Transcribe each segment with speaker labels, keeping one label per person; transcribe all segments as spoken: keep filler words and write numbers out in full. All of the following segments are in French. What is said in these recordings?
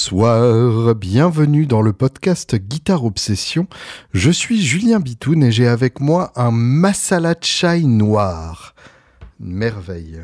Speaker 1: Bonsoir, bienvenue dans le podcast Guitare Obsession. Je suis Julien Bitoun et j'ai avec moi un masala chai noir. Une merveille.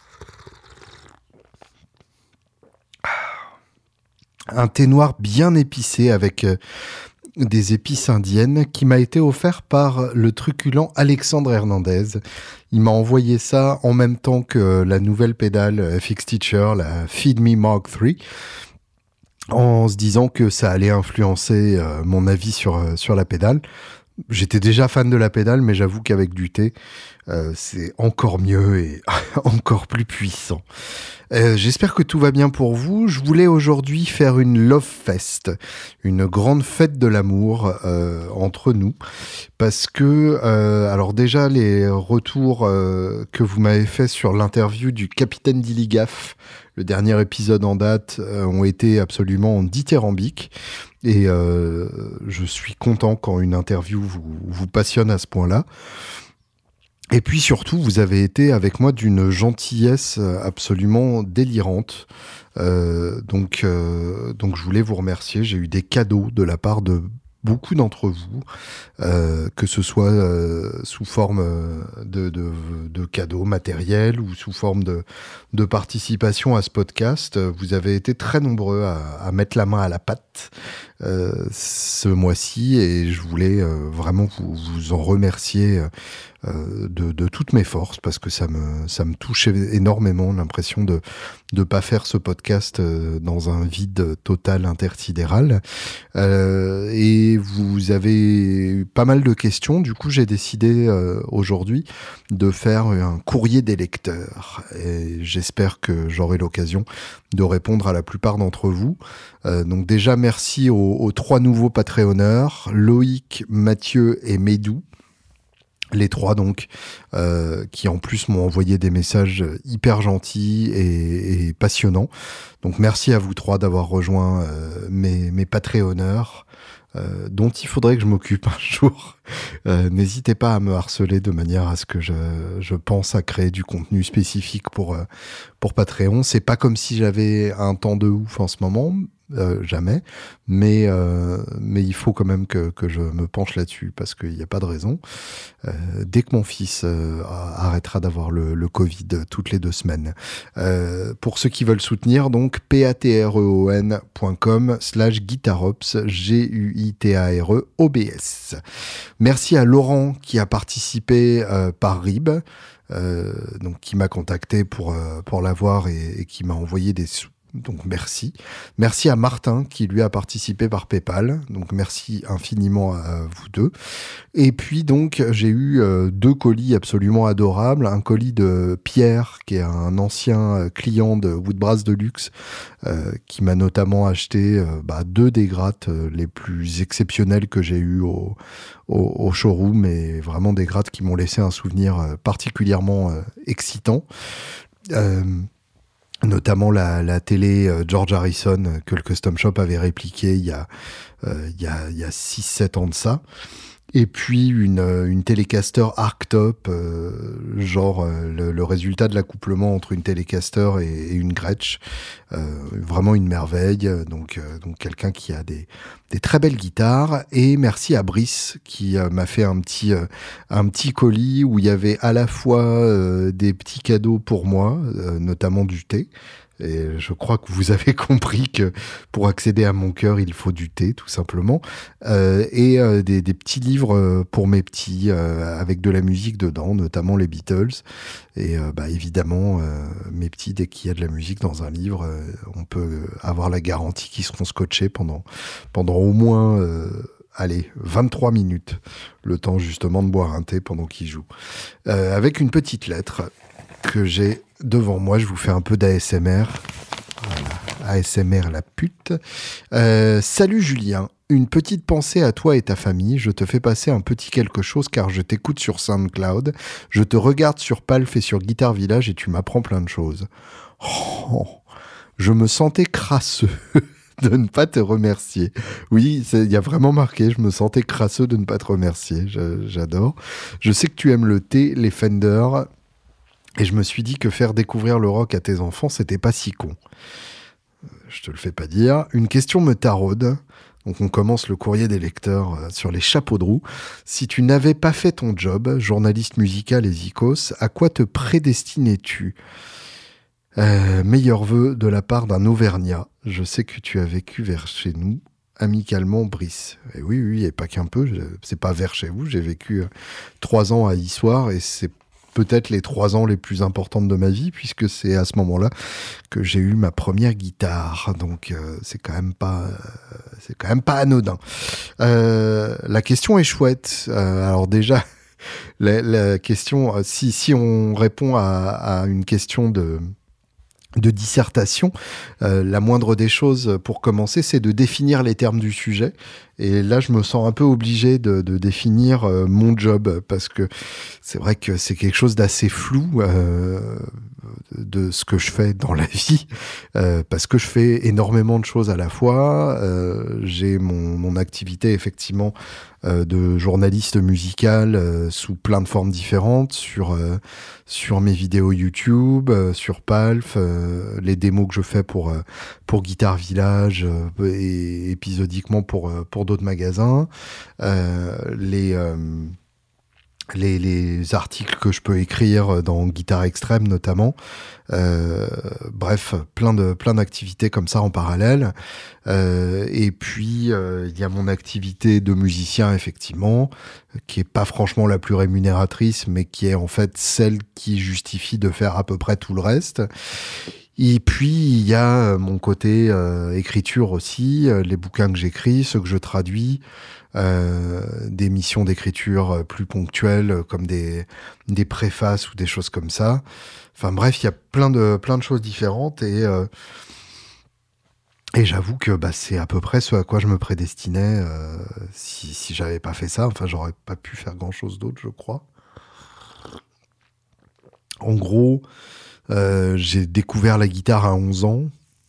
Speaker 1: Un thé noir bien épicé avec euh, des épices indiennes qui m'a été offert par le truculent Alexandre Hernandez. Il m'a envoyé ça en même temps que la nouvelle pédale F X Teacher, la Feed Me Mark trois, en se disant que ça allait influencer euh, mon avis sur, euh, sur la pédale. J'étais déjà fan de la pédale, mais j'avoue qu'avec du thé, euh, c'est encore mieux et encore plus puissant. Euh, j'espère que tout va bien pour vous. Je voulais aujourd'hui faire une Love Fest, une grande fête de l'amour euh, entre nous, parce que, euh, alors déjà, les retours euh, que vous m'avez fait sur l'interview du Capitaine Dilligaf, le dernier épisode en date, euh, ont été absolument dithyrambiques. Et euh, je suis content quand une interview vous, vous passionne à ce point-là. Et puis surtout, vous avez été avec moi d'une gentillesse absolument délirante. Euh, donc, euh, donc je voulais vous remercier. J'ai eu des cadeaux de la part de beaucoup d'entre vous, euh, que ce soit euh, sous forme de, de, de cadeaux matériels ou sous forme de, de participation à ce podcast. Vous avez été très nombreux à, à mettre la main à la pâte euh, ce mois-ci et je voulais euh, vraiment vous, vous en remercier euh, de, de toutes mes forces parce que ça me, ça me touche énormément, l'impression de ne pas faire ce podcast euh, dans un vide total intersidéral. Euh, et vous avez pas mal de questions, du coup j'ai décidé euh, aujourd'hui de faire un courrier des lecteurs et j'espère que j'aurai l'occasion de répondre à la plupart d'entre vous. Euh, donc déjà merci aux, aux trois nouveaux Patreonneurs, Loïc, Mathieu et Médou. Les trois donc, euh, qui en plus m'ont envoyé des messages hyper gentils et, et passionnants. Donc merci à vous trois d'avoir rejoint euh, mes, mes Patreonneurs, euh, dont il faudrait que je m'occupe un jour. Euh, n'hésitez pas à me harceler de manière à ce que je, je pense à créer du contenu spécifique pour, euh, pour Patreon. C'est pas comme si j'avais un temps de ouf en ce moment. Euh, jamais, mais euh, mais il faut quand même que que je me penche là-dessus parce qu'il n'y a pas de raison. Euh, dès que mon fils euh, arrêtera d'avoir le, le Covid toutes les deux semaines. Euh, pour ceux qui veulent soutenir, donc patreon point com slash guitarops G U I T A R E O B S. Merci à Laurent qui a participé euh, par R I B, euh, donc qui m'a contacté pour euh, pour l'avoir et, et qui m'a envoyé des sous. Donc merci. Merci à Martin qui lui a participé par PayPal. Donc merci infiniment à vous deux. Et puis donc j'ai eu euh, deux colis absolument adorables. Un colis de Pierre qui est un ancien client de Woodbrass Deluxe euh, qui m'a notamment acheté euh, bah, deux des grattes euh, les plus exceptionnelles que j'ai eues au, au, au showroom et vraiment des grattes qui m'ont laissé un souvenir euh, particulièrement euh, excitant. Euh, Notamment la, la télé euh, George Harrison euh, que le Custom Shop avait répliqué il y a euh, il y a il y a six sept ans de ça. Et puis une une Telecaster Arctop, euh, genre euh, le, le résultat de l'accouplement entre une Telecaster et, et une Gretsch, euh, vraiment une merveille. Donc euh, donc quelqu'un qui a des des très belles guitares. Et merci à Brice qui euh, m'a fait un petit euh, un petit colis où il y avait à la fois euh, des petits cadeaux pour moi, euh, notamment du thé. Et je crois que vous avez compris que pour accéder à mon cœur, il faut du thé, tout simplement. Euh, et euh, des, des petits livres pour mes petits, euh, avec de la musique dedans, notamment les Beatles. Et euh, bah, évidemment, euh, mes petits, dès qu'il y a de la musique dans un livre, euh, on peut avoir la garantie qu'ils seront scotchés pendant, pendant au moins... Euh, allez, vingt-trois minutes, le temps justement de boire un thé pendant qu'ils jouent. Euh, avec une petite lettre que j'ai devant moi, je vous fais un peu d'A S M R. Voilà, A S M R la pute. Euh, salut Julien, une petite pensée à toi et ta famille. Je te fais passer un petit quelque chose car je t'écoute sur SoundCloud. Je te regarde sur Palf et sur Guitar Village et tu m'apprends plein de choses. Oh, je me sentais crasseux de ne pas te remercier. Oui, il y a vraiment marqué, je me sentais crasseux de ne pas te remercier. Je, j'adore. Je sais que tu aimes le thé, les Fender, et je me suis dit que faire découvrir le rock à tes enfants, c'était pas si con. je te le fais pas dire. Une question me taraude. Donc on commence le courrier des lecteurs euh, sur les chapeaux de roue. Si tu n'avais pas fait ton job, journaliste musical et zikos, à quoi te prédestinais-tu ? euh, Meilleurs vœux de la part d'un Auvergnat. Je sais que tu as vécu vers chez nous. Amicalement, Brice. Et oui, oui, et pas qu'un peu. Je, c'est pas vers chez vous. J'ai vécu euh, trois ans à Issoire et c'est peut-être les trois ans les plus importantes de ma vie, puisque c'est à ce moment-là que j'ai eu ma première guitare. Donc, euh, c'est quand même pas, euh, c'est quand même pas anodin. Euh, la question est chouette. Euh, alors déjà, la, la question, si, si on répond à, à une question de de dissertation, euh, la moindre des choses pour commencer, c'est de définir les termes du sujet. Et là, je me sens un peu obligé de, de définir euh, mon job, parce que c'est vrai que c'est quelque chose d'assez flou euh, de ce que je fais dans la vie, euh, parce que je fais énormément de choses à la fois. Euh, j'ai mon, mon activité, effectivement, euh, de journaliste musical euh, sous plein de formes différentes, sur, euh, sur mes vidéos YouTube, euh, sur Palf, euh, les démos que je fais pour, euh, pour Guitare Village euh, et épisodiquement pour, euh, pour d'autres magasins, euh, les, euh, les, les articles que je peux écrire dans Guitare Extrême notamment. Euh, bref, plein de plein d'activités comme ça en parallèle. Euh, et puis euh, il y a mon activité de musicien, effectivement, qui est pas franchement la plus rémunératrice, mais qui est en fait celle qui justifie de faire à peu près tout le reste. Et puis, il y a mon côté euh, écriture aussi, euh, les bouquins que j'écris, ceux que je traduis, euh, des missions d'écriture plus ponctuelles, euh, comme des, des préfaces ou des choses comme ça. Enfin bref, il y a plein de, plein de choses différentes et, euh, et j'avoue que bah, c'est à peu près ce à quoi je me prédestinais euh, si, si j'avais pas fait ça. Enfin, j'aurais pas pu faire grand-chose d'autre, je crois. En gros... Euh, j'ai découvert la guitare à onze ans.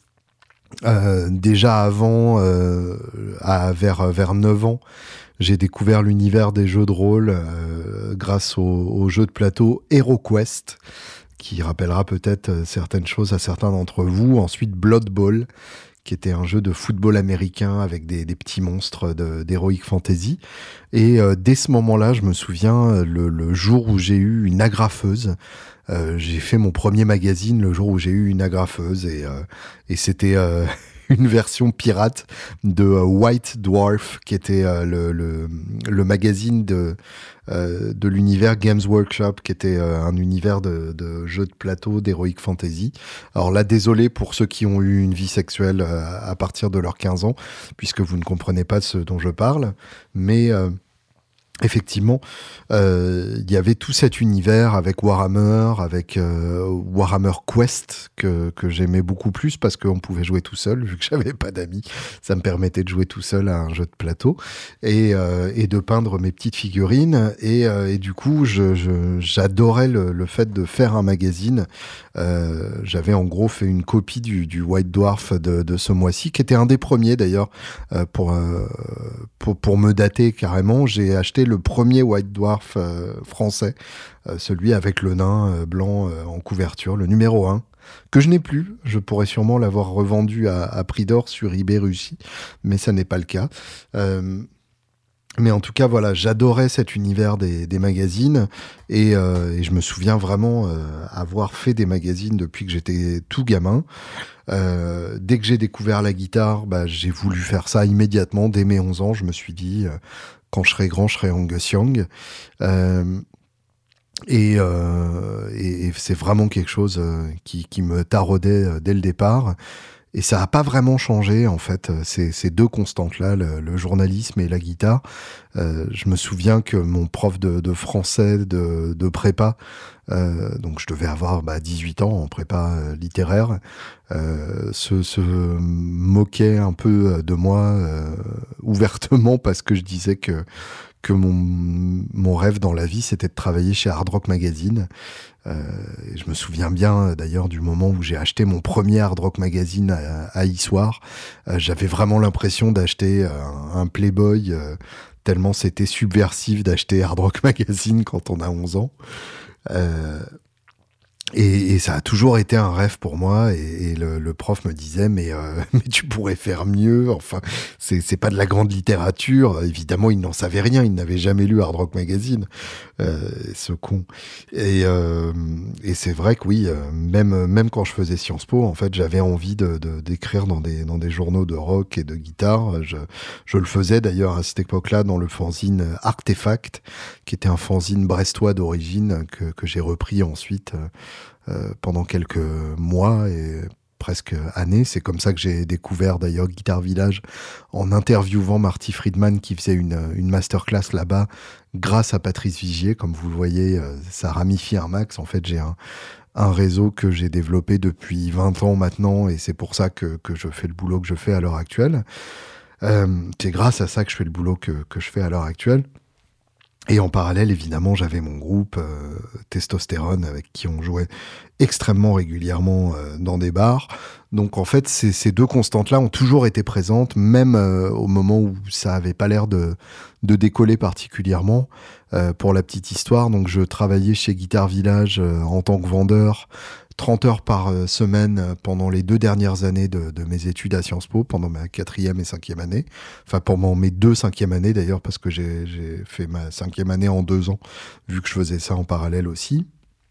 Speaker 1: Euh, déjà avant, euh, à, vers, vers neuf ans, j'ai découvert l'univers des jeux de rôle euh, grâce au, au jeu de plateau HeroQuest, qui rappellera peut-être certaines choses à certains d'entre vous. Ensuite, Blood Bowl, qui était un jeu de football américain avec des, des petits monstres de, d'Heroic Fantasy. Et euh, dès ce moment-là, je me souviens, le, le jour où j'ai eu une agrafeuse, Euh, j'ai fait mon premier magazine le jour où j'ai eu une agrafeuse et, euh, et c'était euh, une version pirate de euh, White Dwarf, qui était euh, le, le, le magazine de, euh, de l'univers Games Workshop, qui était euh, un univers de, de jeux de plateau d'Heroic Fantasy. Alors là, désolé pour ceux qui ont eu une vie sexuelle euh, à partir de leurs quinze ans, puisque vous ne comprenez pas ce dont je parle, mais... Euh, Effectivement, euh, il y avait tout cet univers avec Warhammer, avec euh, Warhammer Quest que, que j'aimais beaucoup plus parce qu'on pouvait jouer tout seul, vu que j'avais pas d'amis. Ça me permettait de jouer tout seul à un jeu de plateau et, euh, et de peindre mes petites figurines. Et, euh, et du coup, je, je, j'adorais le, le fait de faire un magazine. Euh, j'avais en gros fait une copie du, du White Dwarf de, de ce mois-ci, qui était un des premiers d'ailleurs, euh, pour, euh, pour, pour me dater carrément. J'ai acheté le premier White Dwarf euh, français, euh, celui avec le nain euh, blanc euh, en couverture, le numéro un, que je n'ai plus. Je pourrais sûrement l'avoir revendu à, à prix d'or sur eBay Russie, mais ça n'est pas le cas. Euh, mais en tout cas, voilà, j'adorais cet univers des, des magazines et, euh, et je me souviens vraiment euh, avoir fait des magazines depuis que j'étais tout gamin. Euh, dès que j'ai découvert la guitare, bah, j'ai voulu faire ça immédiatement. Dès mes onze ans, je me suis dit... Euh, quand je serai grand, je serai Angus Young. Euh, et, euh, et, et c'est vraiment quelque chose euh, qui, qui me taraudait euh, dès le départ. Et ça n'a pas vraiment changé, en fait, ces, ces deux constantes-là, le, le journalisme et la guitare. Euh, je me souviens que mon prof de, de français, de, de prépa, euh, donc je devais avoir bah, dix-huit ans en prépa euh, littéraire, euh, se, se moquait un peu de moi euh, ouvertement parce que je disais que, que mon, mon rêve dans la vie, c'était de travailler chez Hard Rock Magazine. Euh, et je me souviens bien d'ailleurs du moment où j'ai acheté mon premier Hard Rock Magazine à, à Issoire. Euh, j'avais vraiment l'impression d'acheter un, un Playboy, euh, tellement c'était subversif d'acheter Hard Rock Magazine quand on a onze ans. Euh, Et, et ça a toujours été un rêve pour moi. Et, et le, le prof me disait, mais, euh, mais tu pourrais faire mieux. Enfin, c'est, c'est pas de la grande littérature. Évidemment, il n'en savait rien. Il n'avait jamais lu Hard Rock Magazine, euh, ce con. Et, euh, et c'est vrai que oui, euh, même, même quand je faisais Sciences Po, en fait, j'avais envie de, de, d'écrire dans des, dans des journaux de rock et de guitare. Je, je le faisais d'ailleurs à cette époque-là dans le fanzine Artefact, qui était un fanzine brestois d'origine que, que j'ai repris ensuite euh, Euh, pendant quelques mois et presque années. C'est comme ça que j'ai découvert d'ailleurs Guitar Village en interviewant Marty Friedman qui faisait une, une masterclass là-bas grâce à Patrice Vigier. Comme vous le voyez, euh, ça ramifie un max. En fait, j'ai un, un réseau que j'ai développé depuis vingt ans maintenant et c'est pour ça que, que je fais le boulot que je fais à l'heure actuelle. Euh, c'est grâce à ça que je fais le boulot que, que je fais à l'heure actuelle. Et en parallèle, évidemment, j'avais mon groupe euh, Testostérone avec qui on jouait extrêmement régulièrement euh, dans des bars. Donc en fait, ces, ces deux constantes-là ont toujours été présentes, même euh, au moment où ça avait pas l'air de, de décoller particulièrement. Euh, pour la petite histoire, donc je travaillais chez Guitar Village euh, en tant que vendeur, trente heures par euh, semaine pendant les deux dernières années de, de mes études à Sciences Po, pendant ma quatrième et cinquième année. Enfin, pendant mes deux cinquième années d'ailleurs, parce que j'ai, j'ai fait ma cinquième année en deux ans, vu que je faisais ça en parallèle aussi.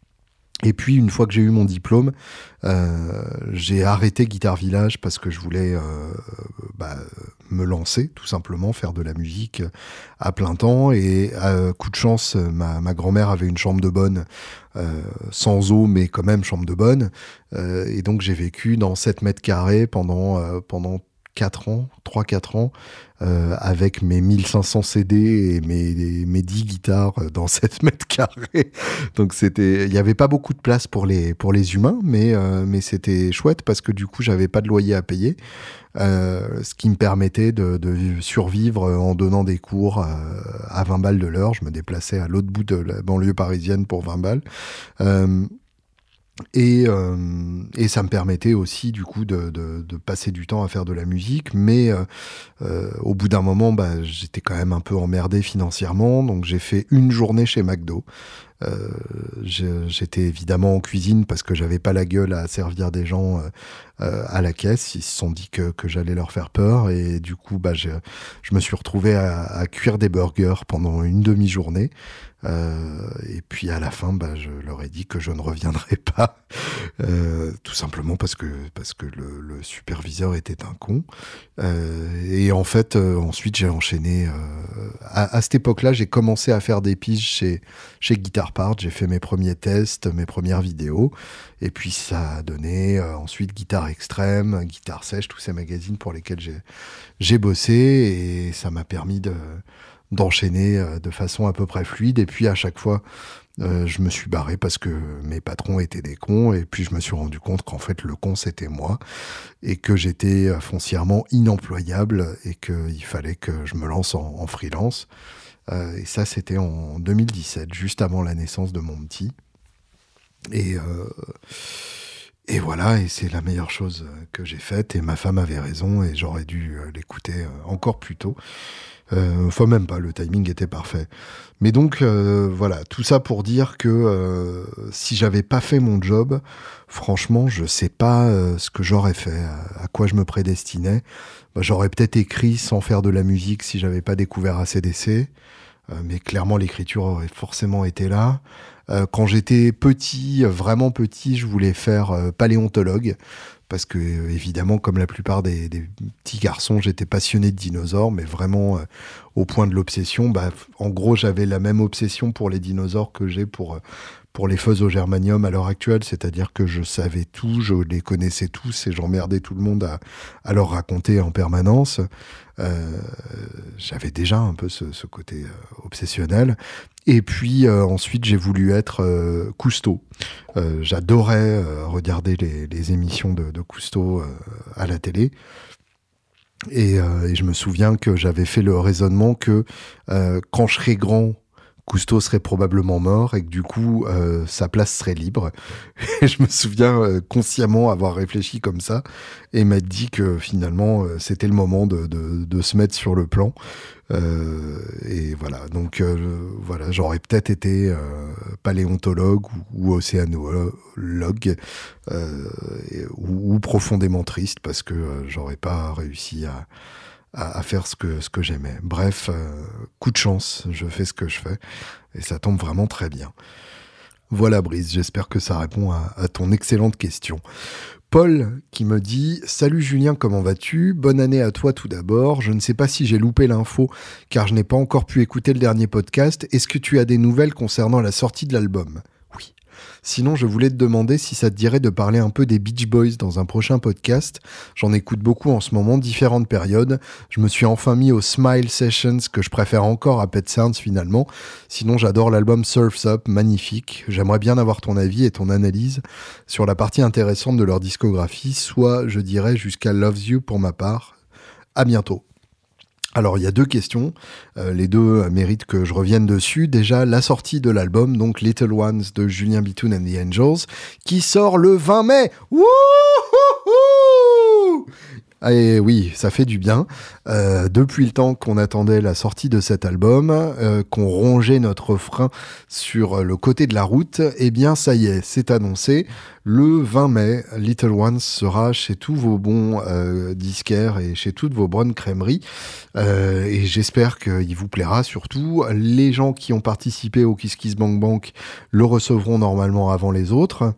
Speaker 1: Et puis, une fois que j'ai eu mon diplôme, euh, j'ai arrêté Guitar Village parce que je voulais euh, bah, me lancer, tout simplement, faire de la musique à plein temps. Et euh, coup de chance, ma, ma grand-mère avait une chambre de bonne, euh, sans eau, mais quand même chambre de bonne. Euh, et donc, j'ai vécu dans sept mètres carrés pendant, euh, pendant quatre ans, trois quatre ans, euh, avec mes mille cinq cents C D et mes, mes dix guitares dans sept mètres carrés. Donc c'était, il n'y avait pas beaucoup de place pour les, pour les humains, mais, euh, mais c'était chouette parce que du coup, j'avais pas de loyer à payer, euh, ce qui me permettait de, de survivre en donnant des cours euh, à vingt balles de l'heure. Je me déplaçais à l'autre bout de la banlieue parisienne pour vingt balles. Euh, Et, euh, et ça me permettait aussi du coup de, de, de passer du temps à faire de la musique, mais euh, euh, au bout d'un moment, bah, j'étais quand même un peu emmerdé financièrement, donc j'ai fait une journée chez McDo. Euh, j'étais évidemment en cuisine parce que j'avais pas la gueule à servir des gens euh, euh, à la caisse. Ils se sont dit que, que j'allais leur faire peur et du coup, bah, je, je me suis retrouvé à, à cuire des burgers pendant une demi-journée. Euh, et puis à la fin, bah, je leur ai dit que je ne reviendrai pas, euh, tout simplement parce que parce que le, le superviseur était un con. Euh, et en fait, euh, ensuite j'ai enchaîné. Euh, à, à cette époque-là, j'ai commencé à faire des piges chez chez Guitar Part. J'ai fait mes premiers tests, mes premières vidéos, et puis ça a donné euh, ensuite Guitare Extrême, Guitare Sèche, tous ces magazines pour lesquels j'ai j'ai bossé, et ça m'a permis de d'enchaîner de façon à peu près fluide. Et puis à chaque fois, euh, je me suis barré parce que mes patrons étaient des cons. Et puis je me suis rendu compte qu'en fait, le con, c'était moi. Et que j'étais foncièrement inemployable et qu'il fallait que je me lance en, en freelance. Euh, et ça, c'était en deux mille dix-sept, juste avant la naissance de mon petit. Et... Euh Et voilà, et c'est la meilleure chose que j'ai faite. Et ma femme avait raison et j'aurais dû l'écouter encore plus tôt. Euh, enfin, même pas, le timing était parfait. Mais donc, euh, voilà, tout ça pour dire que euh, si j'avais pas fait mon job, franchement, je sais pas euh, ce que j'aurais fait, à, à quoi je me prédestinais. Bah, j'aurais peut-être écrit sans faire de la musique si j'avais pas découvert A C D C. Euh, mais clairement, l'écriture aurait forcément été là. Euh, quand j'étais petit, vraiment petit, je voulais faire euh, paléontologue. Parce que, euh, évidemment, comme la plupart des, des petits garçons, j'étais passionné de dinosaures, mais vraiment euh, au point de l'obsession. Bah, en gros, j'avais la même obsession pour les dinosaures que j'ai pour, euh, pour les feux au germanium à l'heure actuelle. C'est-à-dire que je savais tout, je les connaissais tous et j'emmerdais tout le monde à, à leur raconter en permanence. Euh, j'avais déjà un peu ce, ce côté euh, obsessionnel. Et puis euh, ensuite, j'ai voulu être euh, Cousteau. Euh, j'adorais euh, regarder les, les émissions de, de Cousteau euh, à la télé. Et, euh, et je me souviens que j'avais fait le raisonnement que euh, quand je serai grand, Cousteau serait probablement mort et que du coup, euh, sa place serait libre. Et je me souviens euh, consciemment avoir réfléchi comme ça et m'être dit que finalement, euh, c'était le moment de, de, de se mettre sur le plan. Euh, et voilà, donc euh, voilà, j'aurais peut-être été euh, paléontologue ou, ou océanologue euh, et, ou, ou profondément triste parce que euh, j'aurais pas réussi à À, à faire ce que, ce que j'aimais. Bref, euh, coup de chance, je fais ce que je fais, et ça tombe vraiment très bien. Voilà Brice, j'espère que ça répond à, à ton excellente question. Paul qui me dit « Salut Julien, comment vas-tu ? Bonne année à toi tout d'abord. Je ne sais pas si j'ai loupé l'info, car je n'ai pas encore pu écouter le dernier podcast. Est-ce que tu as des nouvelles concernant la sortie de l'album ? » Oui. Sinon, je voulais te demander si ça te dirait de parler un peu des Beach Boys dans un prochain podcast. J'en écoute beaucoup en ce moment, différentes périodes. Je me suis enfin mis aux Smile Sessions, que je préfère encore à Pet Sounds finalement. Sinon, j'adore l'album Surf's Up, magnifique. J'aimerais bien avoir ton avis et ton analyse sur la partie intéressante de leur discographie, soit, je dirais, jusqu'à Loves You pour ma part. À bientôt. Alors, il y a deux questions. Euh, les deux méritent que je revienne dessus. Déjà, la sortie de l'album, donc Little Ones de Julien Bitoun and the Angels, qui sort le vingt mai. Wouhouhou! Et oui, ça fait du bien. Euh, depuis le temps qu'on attendait la sortie de cet album, euh, qu'on rongeait notre frein sur le côté de la route, eh bien ça y est, c'est annoncé. Le vingt mai, Little Ones sera chez tous vos bons euh, disquaires et chez toutes vos bonnes crèmeries. Euh, et j'espère qu'il vous plaira surtout. Les gens qui ont participé au Kiss Kiss Bank Bank le recevront normalement avant les autres.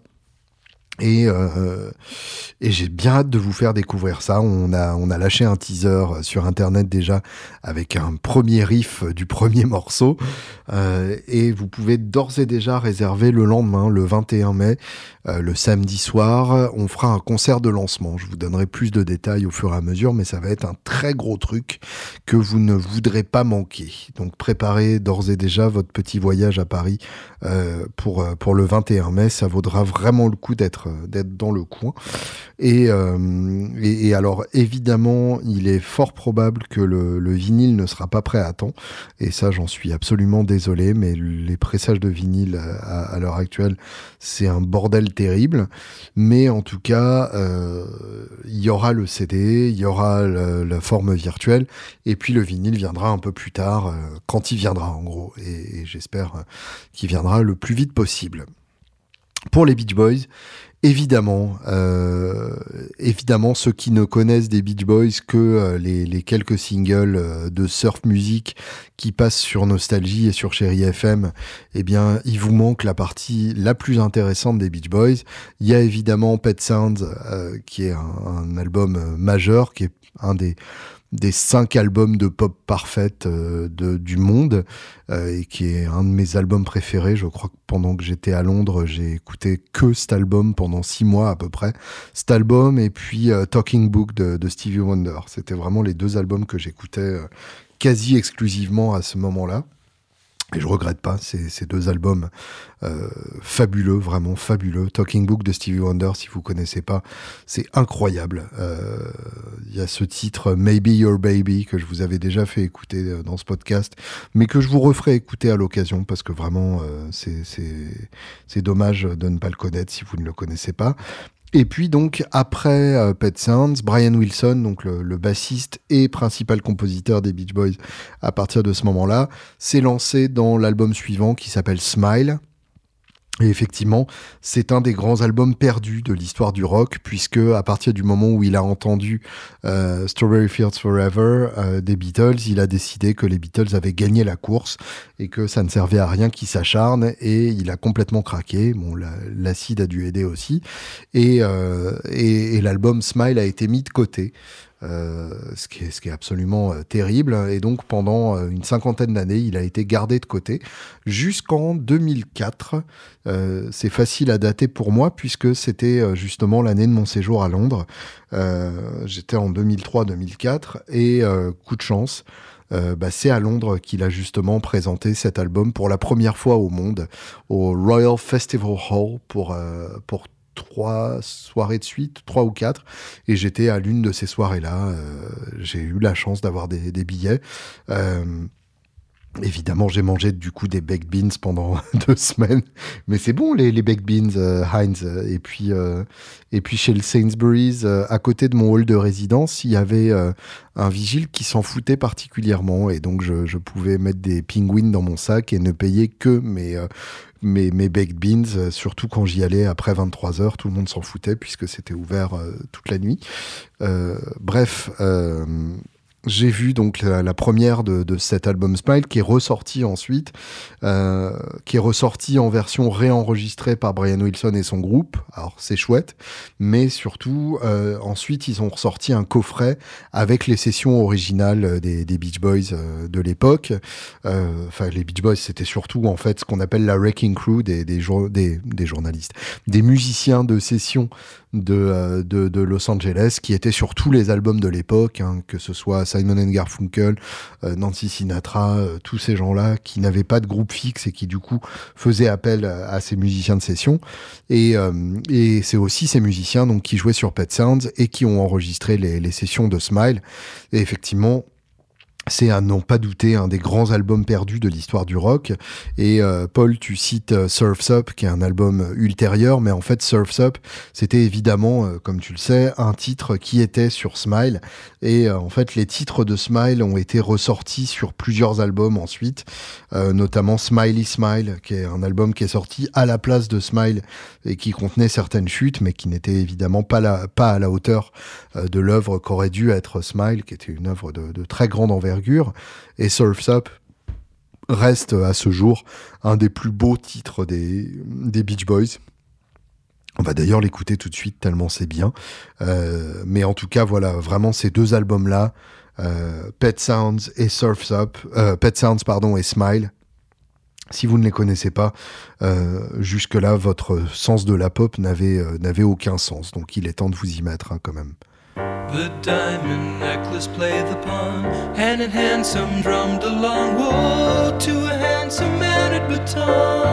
Speaker 1: Et, euh, et j'ai bien hâte de vous faire découvrir ça. On a, on a lâché un teaser sur Internet déjà avec un premier riff du premier morceau. Euh, et vous pouvez d'ores et déjà réserver le lendemain, le vingt et un mai, euh, le samedi soir. On fera un concert de lancement. Je vous donnerai plus de détails au fur et à mesure, mais ça va être un très gros truc que vous ne voudrez pas manquer. Donc préparez d'ores et déjà votre petit voyage à Paris euh, pour, pour le vingt et un mai. Ça vaudra vraiment le coup d'être d'être dans le coin. Et, euh, et, et alors, évidemment, il est fort probable que le, le vinyle ne sera pas prêt à temps. Et ça, j'en suis absolument désolé, mais les pressages de vinyle à, à l'heure actuelle, c'est un bordel terrible. Mais en tout cas, euh, il y aura le C D, il y aura le, la forme virtuelle, et puis le vinyle viendra un peu plus tard, euh, quand il viendra, en gros. Et, et j'espère qu'il viendra le plus vite possible. Pour les Beach Boys, évidemment, euh, évidemment, ceux qui ne connaissent des Beach Boys que euh, les, les quelques singles euh, de surf music qui passent sur Nostalgie et sur Chérie F M, eh bien, il vous manque la partie la plus intéressante des Beach Boys. Il y a évidemment Pet Sounds, euh, qui est un, un album majeur, qui est un des des cinq albums de pop parfaite euh, de, du monde euh, et qui est un de mes albums préférés. Je crois que pendant que j'étais à Londres, j'ai écouté que cet album pendant six mois à peu près. Cet album et puis euh, Talking Book de, de Stevie Wonder. C'était vraiment les deux albums que j'écoutais euh, quasi exclusivement à ce moment-là. Et je regrette pas, ces, ces deux albums euh, fabuleux, vraiment fabuleux. Talking Book de Stevie Wonder, si vous connaissez pas, c'est incroyable. Il euh, y a ce titre Maybe Your Baby que je vous avais déjà fait écouter dans ce podcast, mais que je vous referai écouter à l'occasion parce que vraiment, euh, c'est, c'est, c'est dommage de ne pas le connaître si vous ne le connaissez pas. Et puis donc après euh, Pet Sounds, Brian Wilson, donc le, le bassiste et principal compositeur des Beach Boys à partir de ce moment-là, s'est lancé dans l'album suivant qui s'appelle Smile. Et effectivement, c'est un des grands albums perdus de l'histoire du rock, puisque à partir du moment où il a entendu euh, Strawberry Fields Forever euh, des Beatles, il a décidé que les Beatles avaient gagné la course et que ça ne servait à rien qu'ils s'acharnent, et il a complètement craqué. Bon, la, l'acide a dû aider aussi, et, euh, et, et l'album Smile a été mis de côté. Euh, ce qui est, ce qui est absolument euh, terrible. Et donc, pendant euh, une cinquantaine d'années, il a été gardé de côté jusqu'en deux mille quatre. Euh, c'est facile à dater pour moi, puisque c'était euh, justement l'année de mon séjour à Londres. Euh, j'étais en deux mille trois deux mille quatre, et euh, coup de chance, Euh, bah, c'est à Londres qu'il a justement présenté cet album pour la première fois au monde, au Royal Festival Hall, pour, euh, pour trois soirées de suite, trois ou quatre, et j'étais à l'une de ces soirées-là. Euh, j'ai eu la chance d'avoir des, des billets. Euh, Évidemment, j'ai mangé du coup des baked beans pendant deux semaines, mais c'est bon les, les baked beans euh, Heinz. Et puis, euh, et puis chez le Sainsbury's, euh, à côté de mon hall de résidence, il y avait euh, un vigile qui s'en foutait particulièrement, et donc je, je pouvais mettre des penguins dans mon sac et ne payer que mes, euh, mes, mes baked beans, euh, surtout quand j'y allais après vingt-trois heures, tout le monde s'en foutait puisque c'était ouvert euh, toute la nuit. Euh, bref. Euh, J'ai vu donc la, la première de, de cet album Smile qui est ressorti ensuite, euh, qui est ressorti en version réenregistrée par Brian Wilson et son groupe. Alors c'est chouette, mais surtout euh, ensuite ils ont ressorti un coffret avec les sessions originales des, des Beach Boys euh, de l'époque. Euh, Enfin les Beach Boys c'était surtout en fait ce qu'on appelle la Wrecking Crew des, des, jour, des, des journalistes, des musiciens de session de, euh, de, de Los Angeles qui étaient sur tous les albums de l'époque, hein, que ce soit Simon and Garfunkel, euh, Nancy Sinatra, euh, tous ces gens-là qui n'avaient pas de groupe fixe et qui du coup faisaient appel à, à ces musiciens de session. Et, euh, et c'est aussi ces musiciens donc, qui jouaient sur Pet Sounds et qui ont enregistré les, les sessions de Smile. Et effectivement, c'est à n'en pas douter un des grands albums perdus de l'histoire du rock. Et euh, Paul, tu cites euh, Surf's Up, qui est un album ultérieur, mais en fait Surf's Up, c'était évidemment, euh, comme tu le sais, un titre qui était sur Smile. Et euh, en fait, les titres de Smile ont été ressortis sur plusieurs albums ensuite, euh, notamment Smiley Smile, qui est un album qui est sorti à la place de Smile et qui contenait certaines chutes, mais qui n'était évidemment pas, la, pas à la hauteur euh, de l'œuvre qu'aurait dû être Smile, qui était une œuvre de, de très grande envergure. Et Surf's Up reste à ce jour un des plus beaux titres des, des Beach Boys. On va d'ailleurs l'écouter tout de suite tellement c'est bien. Euh, mais en tout cas, voilà, vraiment ces deux albums-là, euh, Pet Sounds et Surf's Up, euh, Pet Sounds pardon et Smile. Si vous ne les connaissez pas, euh, jusque-là, votre sens de la pop n'avait, euh, n'avait aucun sens. Donc il est temps de vous y mettre hein, quand même.
Speaker 2: The diamond necklace played the pawn, hand in hand some drummed along. Woe to a handsome man at baton.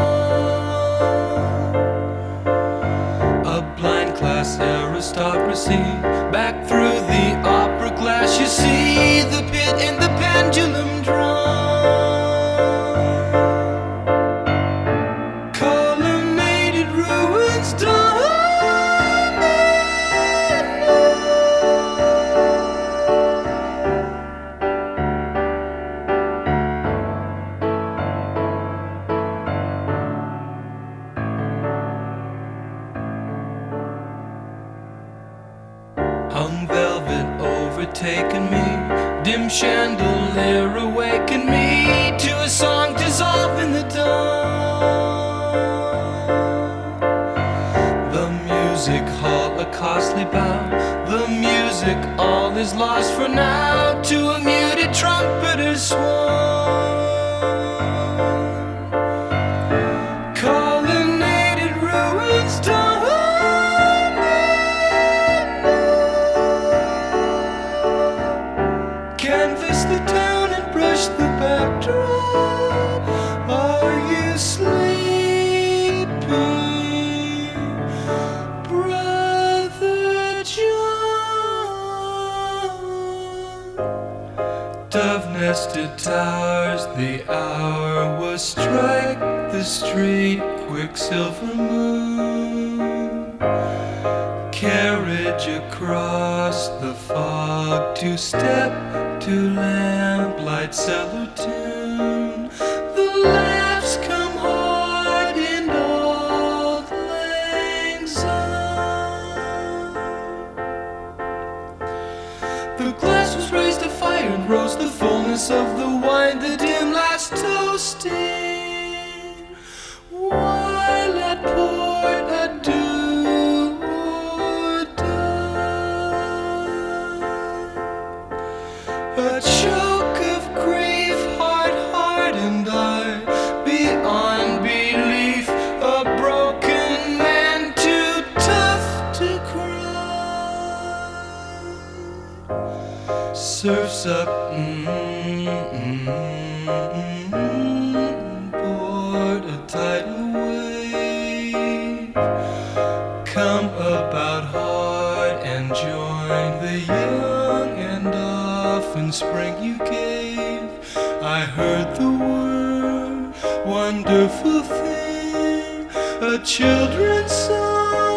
Speaker 2: A blind class aristocracy, back through the opera glass. You see the pit and the pendulum drum. Colonnaded ruins done. Taken me, dim chandelier awaken me to a song dissolved in the dawn. The music hall a costly bow, the music all is lost for now to a muted trumpeter's swan. Colonnaded ruins done. Canvas the town and brush the backdrop. Are you sleeping, Brother John? Dove-nested towers, the hour was strike the straight quicksilver moon. Carriage across the fog to step to lamplight cellar tune. The laughs come hard in old lang syne. The glass was raised to fire and rose the fullness of the wine, the dim last toasting. While at port adieu or die. A choke of grief, heart hardened I, beyond belief, a broken man too tough to cry. Surf's up, mm-hmm, board a tidal wave, come about hard and join the young and in spring you gave. I heard the word wonderful thing, a children's song.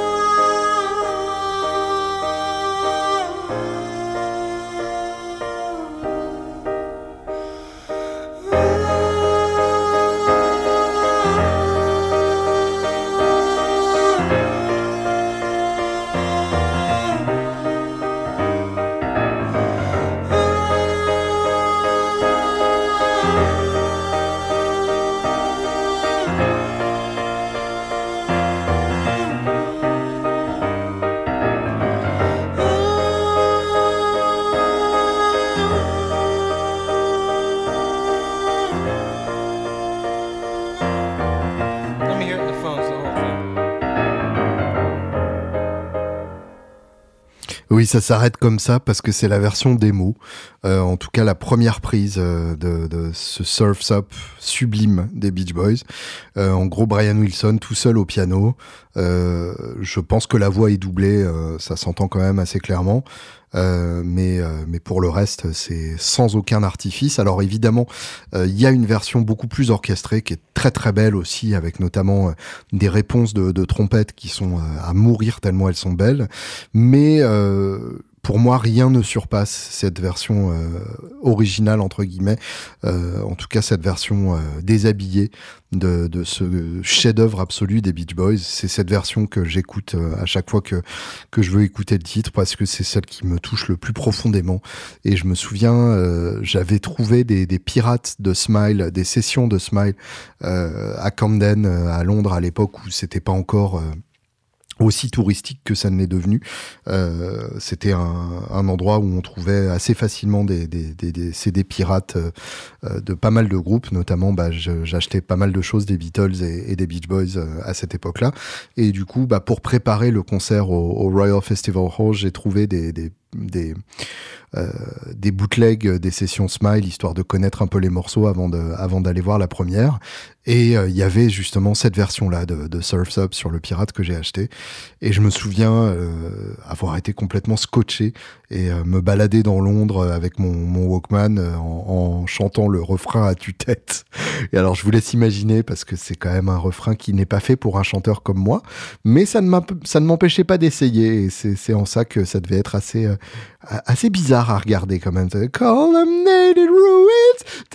Speaker 1: Oui, ça s'arrête comme ça parce que c'est la version démo, euh, en tout cas la première prise euh, de, de ce Surf's Up sublime des Beach Boys. Euh, en gros, Brian Wilson tout seul au piano. Euh, je pense que la voix est doublée, euh, ça s'entend quand même assez clairement. Euh, mais euh, mais pour le reste c'est sans aucun artifice. Alors évidemment il euh, y a une version beaucoup plus orchestrée qui est très très belle aussi, avec notamment euh, des réponses de, de trompettes qui sont euh, à mourir tellement elles sont belles, mais euh, pour moi, rien ne surpasse cette version euh, originale, entre guillemets, euh, en tout cas cette version euh, déshabillée de, de ce chef-d'œuvre absolu des Beach Boys. C'est cette version que j'écoute euh, à chaque fois que, que je veux écouter le titre, parce que c'est celle qui me touche le plus profondément. Et je me souviens, euh, j'avais trouvé des, des pirates de Smile, des sessions de Smile euh, à Camden, à Londres, à l'époque où c'était pas encore... Euh, aussi touristique que ça ne l'est devenu. Euh, c'était un, un endroit où on trouvait assez facilement des, des, des, des C D pirates euh, de pas mal de groupes, notamment bah, je, j'achetais pas mal de choses des Beatles et, et des Beach Boys euh, à cette époque-là. Et du coup, bah, pour préparer le concert au, au Royal Festival Hall, j'ai trouvé des, des, des, euh, des bootlegs des sessions Smile, histoire de connaître un peu les morceaux avant, de, avant d'aller voir la première. Et il euh, y avait justement cette version-là de, de Surf's Up sur le pirate que j'ai acheté. Et je me souviens euh, avoir été complètement scotché et euh, me balader dans Londres avec mon, mon Walkman euh, en, en chantant le refrain à tue-tête. Et alors je vous laisse imaginer, parce que c'est quand même un refrain qui n'est pas fait pour un chanteur comme moi, mais ça ne, m'a, ça ne m'empêchait pas d'essayer. Et c'est, c'est en ça que ça devait être assez, euh, assez bizarre à regarder quand même. Columnated ruins to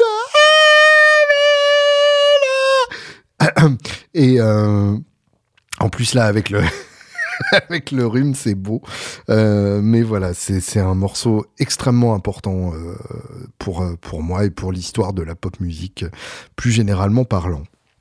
Speaker 1: et euh, en plus là avec le avec le rhume c'est beau, euh, mais voilà, c'est c'est un morceau extrêmement important euh, pour pour moi et pour l'histoire de la pop musique plus généralement parlant.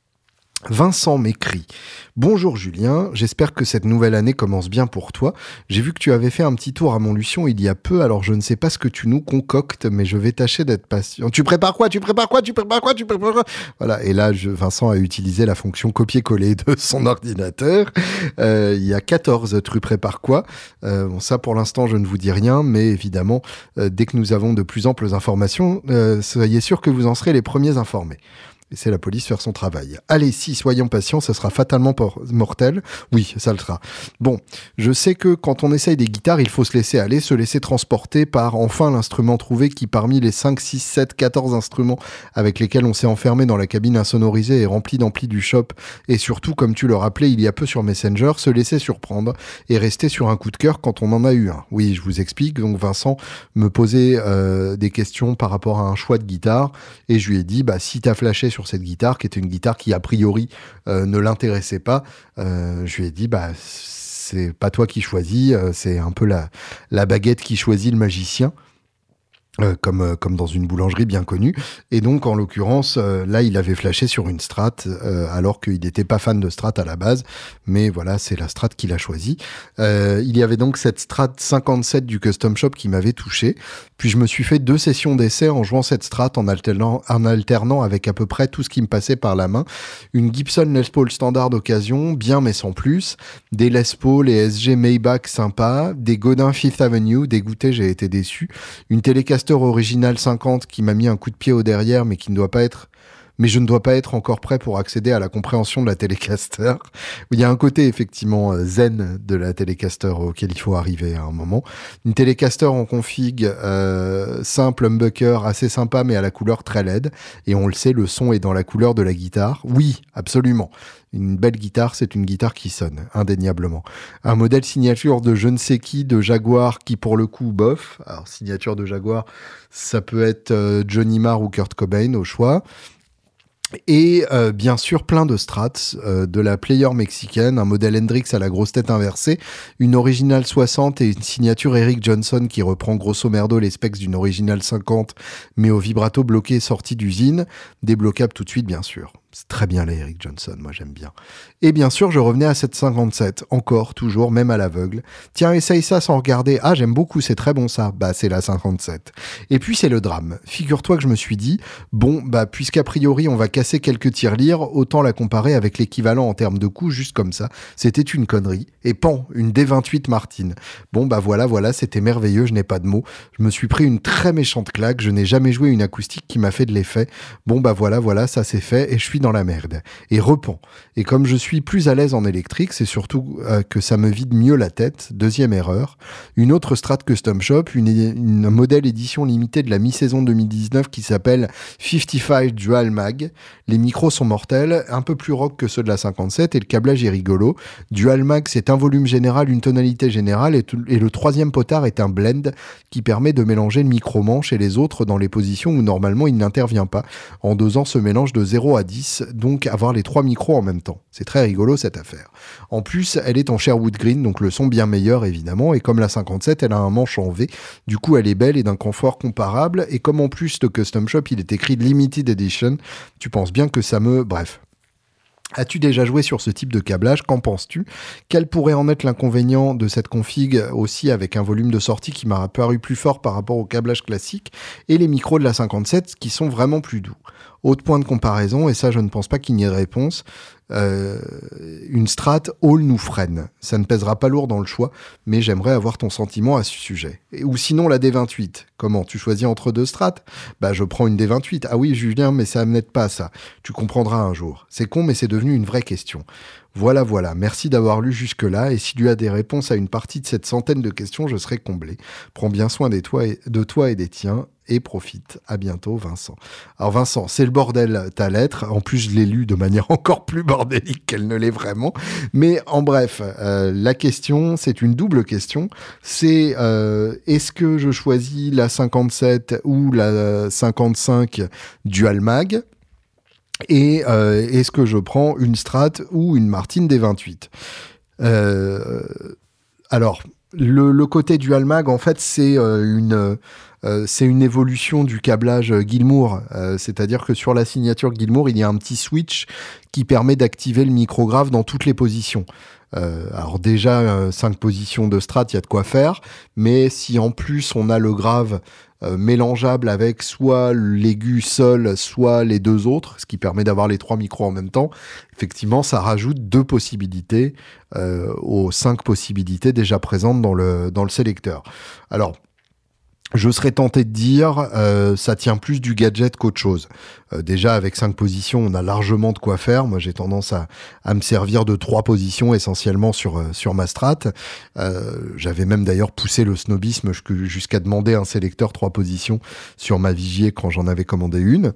Speaker 1: Vincent m'écrit: bonjour Julien, j'espère que cette nouvelle année commence bien pour toi. J'ai vu que tu avais fait un petit tour à Montluçon il y a peu, alors je ne sais pas ce que tu nous concoctes, mais je vais tâcher d'être patient. Tu prépares quoi? Tu prépares quoi? Tu prépares quoi? Tu prépares quoi? Voilà, et là je, Vincent a utilisé la fonction copier-coller de son ordinateur. Euh, il y a quatorze tu prépares quoi? euh, Bon, ça pour l'instant je ne vous dis rien, mais évidemment euh, dès que nous avons de plus amples informations, euh, soyez sûr que vous en serez les premiers informés. Laissez la police faire son travail. Allez, si, soyons patients, ça sera fatalement por- mortel. Oui, ça le sera. Bon, je sais que quand on essaye des guitares, il faut se laisser aller, se laisser transporter par enfin l'instrument trouvé qui, parmi les cinq, six, sept, quatorze instruments avec lesquels on s'est enfermé dans la cabine insonorisée et remplie d'amplis du shop, et surtout, comme tu le rappelais il y a peu sur Messenger, se laisser surprendre et rester sur un coup de cœur quand on en a eu un. Oui, je vous explique. Donc Vincent me posait euh, des questions par rapport à un choix de guitare, et je lui ai dit, bah si t'as flashé sur cette guitare, qui était une guitare qui a priori euh, ne l'intéressait pas, euh, je lui ai dit bah c'est pas toi qui choisis, euh, c'est un peu la, la baguette qui choisit le magicien. Euh, comme euh, comme dans une boulangerie bien connue, et donc en l'occurrence euh, là il avait flashé sur une Strat euh, alors qu'il n'était pas fan de Strat à la base, mais voilà, c'est la Strat qu'il a choisie. Euh, il y avait donc cette Strat cinquante-sept du Custom Shop qui m'avait touché, puis je me suis fait deux sessions d'essai en jouant cette Strat en alternant, en alternant avec à peu près tout ce qui me passait par la main. Une Gibson Les Paul standard d'occasion, bien mais sans plus, des Les Paul et S G Maybach sympas, des Godin Fifth Avenue, dégoûté, j'ai été déçu, une Telecaster original cinquante qui m'a mis un coup de pied au derrière mais qui ne doit pas être mais je ne dois pas être encore prêt pour accéder à la compréhension de la Telecaster. Il y a un côté effectivement zen de la Telecaster auquel il faut arriver à un moment. Une Telecaster en config euh, simple, humbucker, assez sympa, mais à la couleur très laide. Et on le sait, le son est dans la couleur de la guitare. Oui, absolument. Une belle guitare, c'est une guitare qui sonne, indéniablement. Un modèle signature de je ne sais qui, de Jaguar, qui pour le coup, bof. Alors, signature de Jaguar, ça peut être euh, Johnny Marr ou Kurt Cobain, au choix. Et euh, bien sûr, plein de strats, euh, de la Player mexicaine, un modèle Hendrix à la grosse tête inversée, une originale soixante et une signature Eric Johnson qui reprend grosso merdo les specs d'une originale cinquante, mais au vibrato bloqué sorti d'usine, débloquable tout de suite, bien sûr. C'est très bien, la Eric Johnson, moi j'aime bien. Et bien sûr, je revenais à cette cinquante-sept, encore, toujours, même à l'aveugle. Tiens, essaye ça sans regarder. Ah, j'aime beaucoup, c'est très bon ça. Bah, c'est la cinquante-sept. Et puis, c'est le drame. Figure-toi que je me suis dit, bon, bah, puisqu'a priori, on va casser quelques tirelires, autant la comparer avec l'équivalent en termes de coût, juste comme ça. C'était une connerie. Et pan, une D vingt-huit Martin. Bon, bah voilà, voilà, c'était merveilleux, je n'ai pas de mots. Je me suis pris une très méchante claque, je n'ai jamais joué une acoustique qui m'a fait de l'effet. Bon, bah voilà, voilà, ça c'est fait, et je suis dans la merde. Et repens. Et comme je suis plus à l'aise en électrique, c'est surtout euh, que ça me vide mieux la tête. Deuxième erreur. Une autre Strat Custom Shop, une, une modèle édition limitée de la mi-saison deux mille dix-neuf qui s'appelle cinquante-cinq Dual Mag. Les micros sont mortels, un peu plus rock que ceux de la cinquante-sept et le câblage est rigolo. Dual Mag, c'est un volume général, une tonalité générale et, tout, et le troisième potard est un blend qui permet de mélanger le micro-manche et les autres dans les positions où normalement il n'intervient pas, en dosant ce mélange de zéro à dix, donc avoir les trois micros en même temps. C'est très rigolo cette affaire. En plus, elle est en Sherwood Green, donc le son bien meilleur évidemment, et comme la cinquante-sept, elle a un manche en V, du coup elle est belle et d'un confort comparable, et comme en plus le Custom Shop, il est écrit Limited Edition, tu penses bien que ça me... Bref. As-tu déjà joué sur ce type de câblage ? Qu'en penses-tu ? Quel pourrait en être l'inconvénient de cette config aussi avec un volume de sortie qui m'a paru plus fort par rapport au câblage classique et les micros de la cinquante-sept qui sont vraiment plus doux ? Autre point de comparaison, et ça je ne pense pas qu'il n'y ait de réponse, euh, une Strat Hall nous freine. Ça ne pèsera pas lourd dans le choix, mais j'aimerais avoir ton sentiment à ce sujet. Et, ou sinon la D vingt-huit. Comment ? Tu choisis entre deux Strats ? Bah je prends une D vingt-huit. Ah oui Julien, mais ça m'aide pas ça. Tu comprendras un jour. C'est con, mais c'est devenu une vraie question. Voilà, voilà. Merci d'avoir lu jusque-là. Et si tu as des réponses à une partie de cette centaine de questions, je serai comblé. Prends bien soin de toi et, de toi et des tiens. Et profite. À bientôt, Vincent. Alors, Vincent, c'est le bordel, ta lettre. En plus, je l'ai lue de manière encore plus bordélique qu'elle ne l'est vraiment. Mais en bref, euh, la question, c'est une double question. C'est euh, est-ce que je choisis la cinquante-sept ou la cinquante-cinq Dual Mag ? Et euh, est-ce que je prends une Strat ou une Martin D vingt-huit ? euh, Alors, le, le côté Dual Mag, en fait, c'est euh, une... Euh, c'est une évolution du câblage Gilmour, euh, c'est-à-dire que sur la signature Gilmour, il y a un petit switch qui permet d'activer le micrograve dans toutes les positions. Euh, alors déjà, euh, cinq positions de Strat, il y a de quoi faire, mais si en plus on a le grave euh, mélangeable avec soit l'aigu seul, soit les deux autres, ce qui permet d'avoir les trois micros en même temps, effectivement, ça rajoute deux possibilités euh, aux cinq possibilités déjà présentes dans le, dans le sélecteur. Alors, je serais tenté de dire, euh, ça tient plus du gadget qu'autre chose. Euh, déjà, avec cinq positions, on a largement de quoi faire. Moi, j'ai tendance à, à me servir de trois positions essentiellement sur, euh, sur ma Strat. Euh, j'avais même d'ailleurs poussé le snobisme jusqu'à demander un sélecteur trois positions sur ma Vigier quand j'en avais commandé une.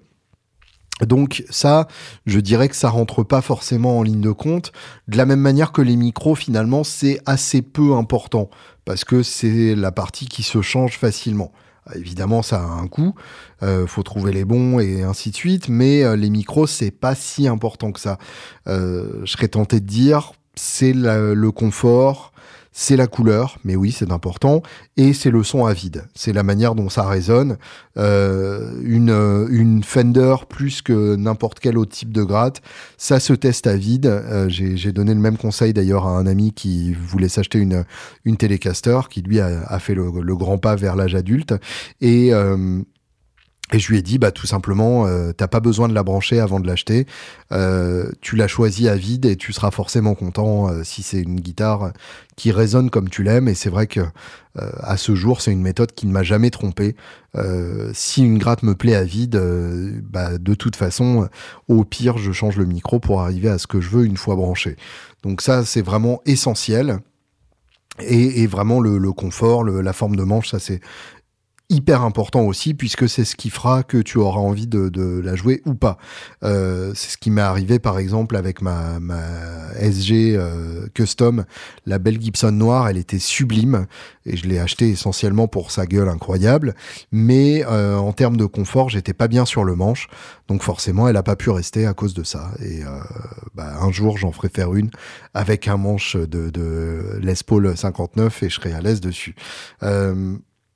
Speaker 1: Donc ça, je dirais que ça rentre pas forcément en ligne de compte. De la même manière que les micros, finalement, c'est assez peu important parce que c'est la partie qui se change facilement. Évidemment, ça a un coût, euh, faut trouver les bons et ainsi de suite, mais euh, les micros, c'est pas si important que ça. Euh, je serais tenté de dire, c'est la, le confort, c'est la couleur, mais oui, c'est important, et c'est le son à vide. C'est la manière dont ça résonne. Euh, une, une Fender, plus que n'importe quel autre type de gratte, ça se teste à vide. Euh, j'ai, j'ai donné le même conseil d'ailleurs à un ami qui voulait s'acheter une, une Telecaster, qui lui a, a fait le, le grand pas vers l'âge adulte, et... Euh, Et je lui ai dit, bah, tout simplement, euh, t'as pas besoin de la brancher avant de l'acheter. Euh, tu l'as choisie à vide et tu seras forcément content euh, si c'est une guitare qui résonne comme tu l'aimes. Et c'est vrai que euh, à ce jour, c'est une méthode qui ne m'a jamais trompé. Euh, si une gratte me plaît à vide, euh, bah, de toute façon, au pire, je change le micro pour arriver à ce que je veux une fois branché. Donc ça, c'est vraiment essentiel. Et, et vraiment le, le confort, le, la forme de manche, ça c'est hyper important aussi, puisque c'est ce qui fera que tu auras envie de, de la jouer ou pas. Euh, c'est ce qui m'est arrivé par exemple avec ma, ma S G euh, Custom, la belle Gibson noire, elle était sublime et je l'ai achetée essentiellement pour sa gueule incroyable, mais euh, en termes de confort, j'étais pas bien sur le manche, donc forcément elle a pas pu rester à cause de ça. Et euh, bah, un jour j'en ferai faire une avec un manche de, de Les Paul cinquante-neuf et je serai à l'aise dessus. Euh,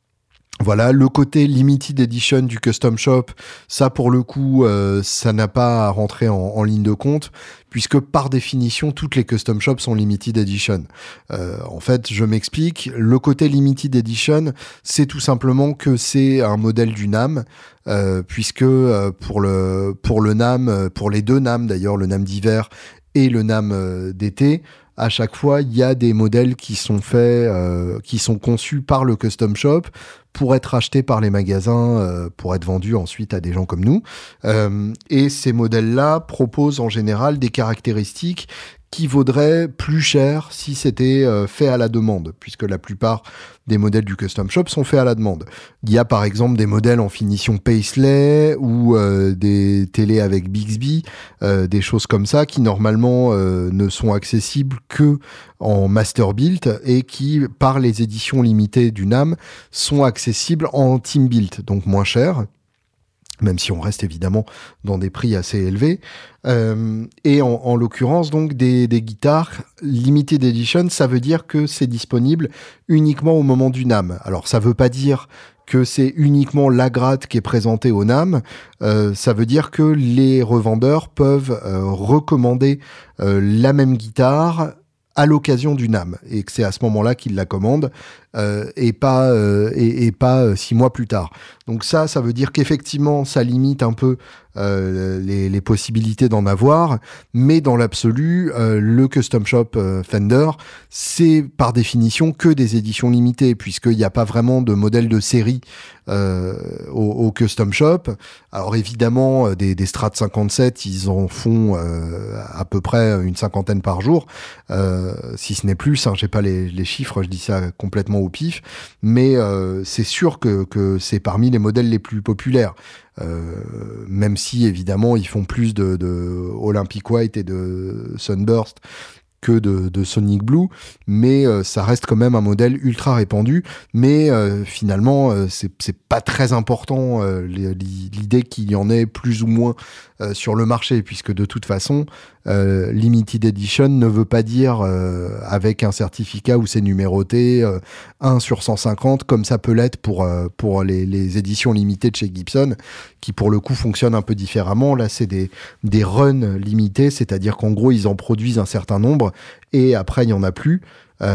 Speaker 1: Voilà, le côté limited edition du custom shop, ça pour le coup, euh, ça n'a pas à rentrer en, en ligne de compte, puisque par définition, toutes les custom shops sont limited edition. Euh, en fait, je m'explique, le côté limited edition, c'est tout simplement que c'est un modèle du NAMM, euh, puisque euh, pour le pour le NAMM, pour les deux NAMM d'ailleurs, le NAMM d'hiver et le NAMM euh, d'été, à chaque fois, il y a des modèles qui sont faits, euh, qui sont conçus par le custom shop pour être achetés par les magasins, euh, pour être vendus ensuite à des gens comme nous. Euh, et ces modèles-là proposent en général des caractéristiques qui vaudraient plus cher si c'était euh, fait à la demande, puisque la plupart des modèles du custom shop sont faits à la demande. Il y a par exemple des modèles en finition Paisley ou euh, des télés avec Bixby, euh, des choses comme ça qui normalement euh, ne sont accessibles que en master build et qui, par les éditions limitées du NAMM, sont accessibles en team build, donc moins cher, même si on reste évidemment dans des prix assez élevés. Euh, et en, en l'occurrence, donc, des, des guitares limited edition, ça veut dire que c'est disponible uniquement au moment du NAMM. Alors, ça veut pas dire que c'est uniquement la gratte qui est présentée au NAMM. Euh, ça veut dire que les revendeurs peuvent euh, recommander euh, la même guitare à l'occasion du NAMM, et que c'est à ce moment-là qu'ils la commandent, euh, et pas euh, et, et pas euh, six mois plus tard. Donc ça, ça veut dire qu'effectivement, ça limite un peu euh, les, les possibilités d'en avoir, mais dans l'absolu, euh, le custom shop euh, Fender, c'est par définition que des éditions limitées, puisqu'il n'y a pas vraiment de modèle de série euh, au, au custom shop. Alors évidemment, des, des Strat cinquante-sept, ils en font euh, à peu près une cinquantaine par jour, euh, si ce n'est plus, hein, j'ai pas les, les chiffres, je dis ça complètement au pif, mais euh, c'est sûr que, que c'est parmi les modèles les plus populaires. Euh, même si évidemment ils font plus de, de Olympic White et de Sunburst que de, de Sonic Blue, mais euh, ça reste quand même un modèle ultra répandu, mais euh, finalement euh, c'est, c'est pas très important euh, l'idée qu'il y en ait plus ou moins euh, sur le marché, puisque de toute façon euh, limited edition ne veut pas dire euh, avec un certificat où c'est numéroté euh, un sur cent cinquante, comme ça peut l'être pour, euh, pour les, les éditions limitées de chez Gibson, qui pour le coup fonctionnent un peu différemment. Là c'est des, des runs limités, c'est-à-dire qu'en gros ils en produisent un certain nombre et après il n'y en a plus,